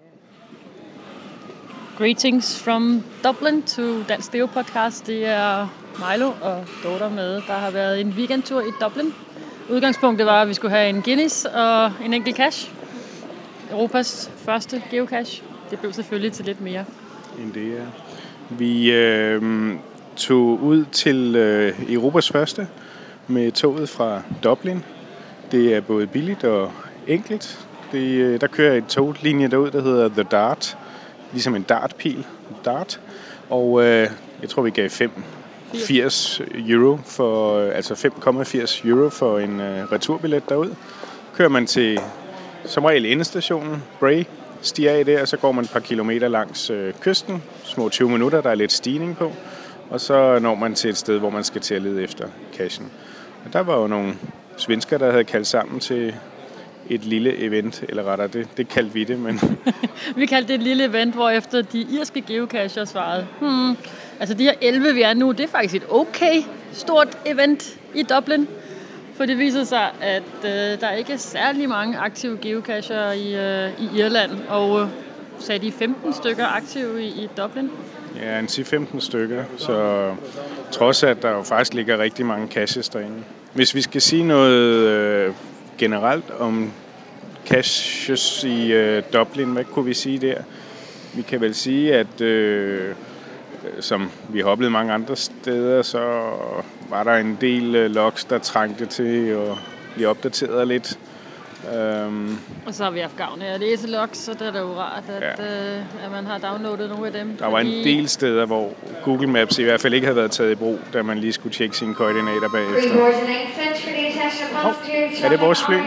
Greetings from Dublin to Dansk Geo Podcast. Det er Milo og Dorte med, der har været en weekendtur i Dublin. Udgangspunktet var, at vi skulle have en Guinness og en enkelt cache. Europas første geocache. Det blev selvfølgelig til lidt mere.
End det er. Vi øh, tog ud til øh, Europas første med toget fra Dublin. Det er både billigt og enkelt. Det, der kører et toglinje derud, der hedder The Dart. Ligesom en dartpil. Dart. Og øh, jeg tror, vi gav fem komma firs euro for, altså fem komma firs euro for en øh, returbillet derud. Kører man til som regel endestationen, Bray, stiger af der, og så går man et par kilometer langs øh, kysten. Små tyve minutter, der er lidt stigning på. Og så når man til et sted, hvor man skal til at lede efter cachen. Og der var jo nogle svensker, der havde kaldt sammen til et lille event, eller rettere, det, det kaldte vi det, men...
vi kaldte det et lille event, hvor efter de irske geocacher svarede, hmm, altså de her elleve, vi er nu, det er faktisk et okay stort event i Dublin. For det viser sig, at øh, der ikke er særlig mange aktive geocacher i, øh, i Irland, og øh, sagde de femten stykker aktive i, i Dublin.
Ja, en ti til femten stykker, så trods at der jo faktisk ligger rigtig mange caches derinde. Hvis vi skal sige noget øh, generelt om caches i øh, Dublin, hvad kunne vi sige der? Vi kan vel sige, at øh, som vi har oplevet mange andre steder, så var der en del øh, logs, der trængte til at blive opdateret lidt. Um,
og så har vi haft gavn af at læse logs, så det er da jo rart, at, ja. øh, at man har downloadet nogle af dem.
Der var en del steder, hvor Google Maps i hvert fald ikke havde været taget i brug, da man lige skulle tjekke sine koordinater bagefter. Oh, er det vores fly?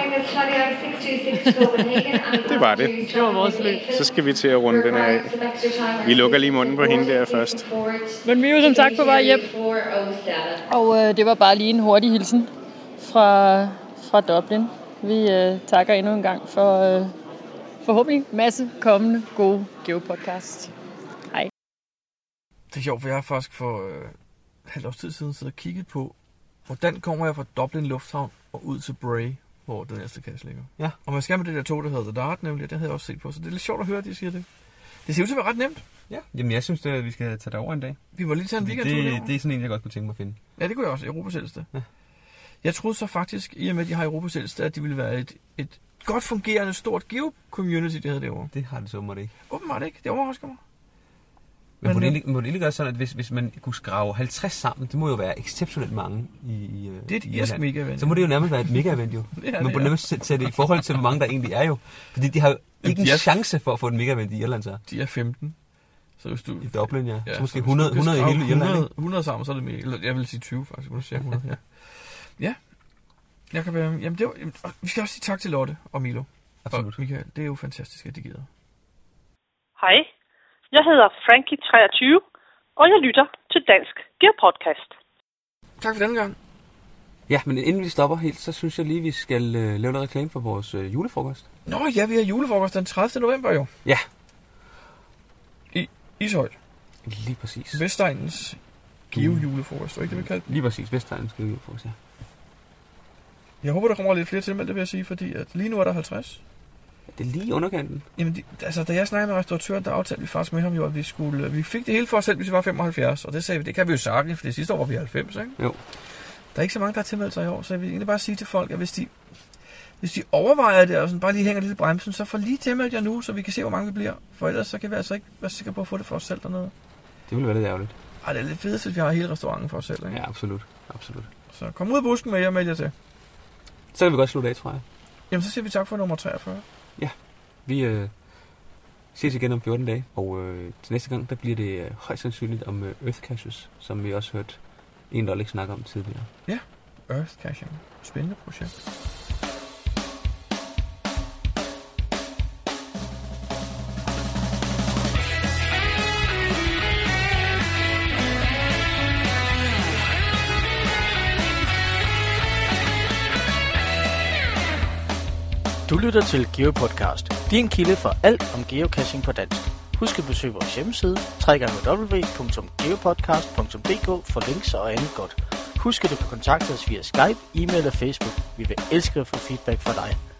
Det var det.
Det var vores fly.
Så skal vi til at runde den af. Vi lukker lige munden på hende der først.
Men vi er jo som sagt på vej hjem. Og øh, det var bare lige en hurtig hilsen fra, fra Dublin. Vi øh, takker endnu en gang for øh, forhåbentlig masse kommende gode geopodcasts. Hej.
Det er sjovt, for jeg har faktisk for øh, halvt års tid siden siddet og kigget på, hvordan kommer jeg fra Dublin Lufthavn og ud til Bray, hvor den næste cache ligger.
Ja.
Og man skal med det der tog, der hedder The Dart, nemlig, det havde jeg også set på, så det er lidt sjovt at høre, at de siger det. Det ser ud til at være ret nemt.
Ja, jamen jeg synes, at vi skal tage det over en dag.
Vi må lige tage en weekendtur
det,
derovre.
det er sådan en, jeg godt kunne tænke mig at finde.
Ja, det kunne jeg også. Europas ældste. Ja. Jeg troede så faktisk, i og med at de har Europas ældste, at de ville være et, et godt fungerende, stort geo-community, det havde derovre.
Det har det så åbenbart ikke.
Åbenbart ikke. Det overrasker mig.
Men, Men må, det egentlig, må det egentlig gøre sådan, at hvis, hvis man kunne skrave halvtreds sammen, det må jo være exceptionelt mange i, i
det er et irsk mega-event.
Så må det jo nærmest være et mega-event jo. Ja, man må nærmest sætte det i forhold til, hvor mange der egentlig er jo. Fordi de har jo ikke en chance for at få et mega-event i Irland så.
De er femten. Så hvis du...
I Dublin, ja.
ja
så måske så hundrede, hundrede i hele Irland.
hundrede, hundrede sammen, så er det mega. Eller jeg vil sige tyve faktisk. Nu siger jeg hundrede, ja. Ja. Jeg kan være... Jamen, det var, jamen, vi skal også sige tak til Lotte og Milo.
Absolut.
Og Michael, det er jo fantastisk, at de gider.
Hej. Jeg hedder Frankie treogtyve, og jeg lytter til Dansk Geopodcast.
Tak for denne gang.
Ja, men inden vi stopper helt, så synes jeg lige, vi skal øh, lave noget reklame for vores øh, julefrokost.
Nå ja, vi har julefrokost den tredivte november jo.
Ja.
I Ishøj.
Lige præcis.
Vestegnens Geo-julefrokost, var ikke det, vi kaldte?
Lige præcis, Vestegnens Geo-julefrokost, ja.
Jeg håber, der kommer lidt flere tilmeldte, vil jeg sige, fordi at lige nu er der halvtreds.
Det er lige underkanten.
Jamen, de, altså, da jeg snakkede med restauratøren, der aftalte vi faktisk med ham jo, at vi skulle... Vi fik det hele for os selv, hvis vi var femoghalvfjerds, og det sagde vi, det kan vi jo sagtens, for det sidste år var vi halvfems, ikke?
Jo.
Der er ikke så mange, der har tilmeldt sig i år, så jeg vil egentlig bare sige til folk, at hvis de, hvis de overvejer det, og sådan bare lige hænger lidt i bremsen, så får lige tilmeldt jer nu, så vi kan se, hvor mange vi bliver. For ellers så kan vi altså ikke være sikre på at få det for os selv dernede.
Det ville være lidt ærgerligt.
Ej, det er lidt fedt, hvis vi har hele restauranten for os selv, ikke?
Ja, absolut. absolut.
Så kom ud af busken med jer og meld jer til.
Så kan vi godt slutte af, tror jeg.
Jamen, så siger vi tak for nummer treogfyrre.
Ja, vi øh, ses igen om fjorten dage, og øh, til næste gang, der bliver det øh, højst sandsynligt om øh, Earth Caches, som vi også hørte en der ikke snakke om tidligere.
Ja, Earth Caching. Spændende projekt.
Du lytter til GeoPodcast, din kilde for alt om geocaching på dansk. Husk at besøge vores hjemmeside, w w w punktum geopodcast punktum d k for links og andet godt. Husk at du kan kontakte os via Skype, e-mail og Facebook. Vi vil elske at få feedback fra dig.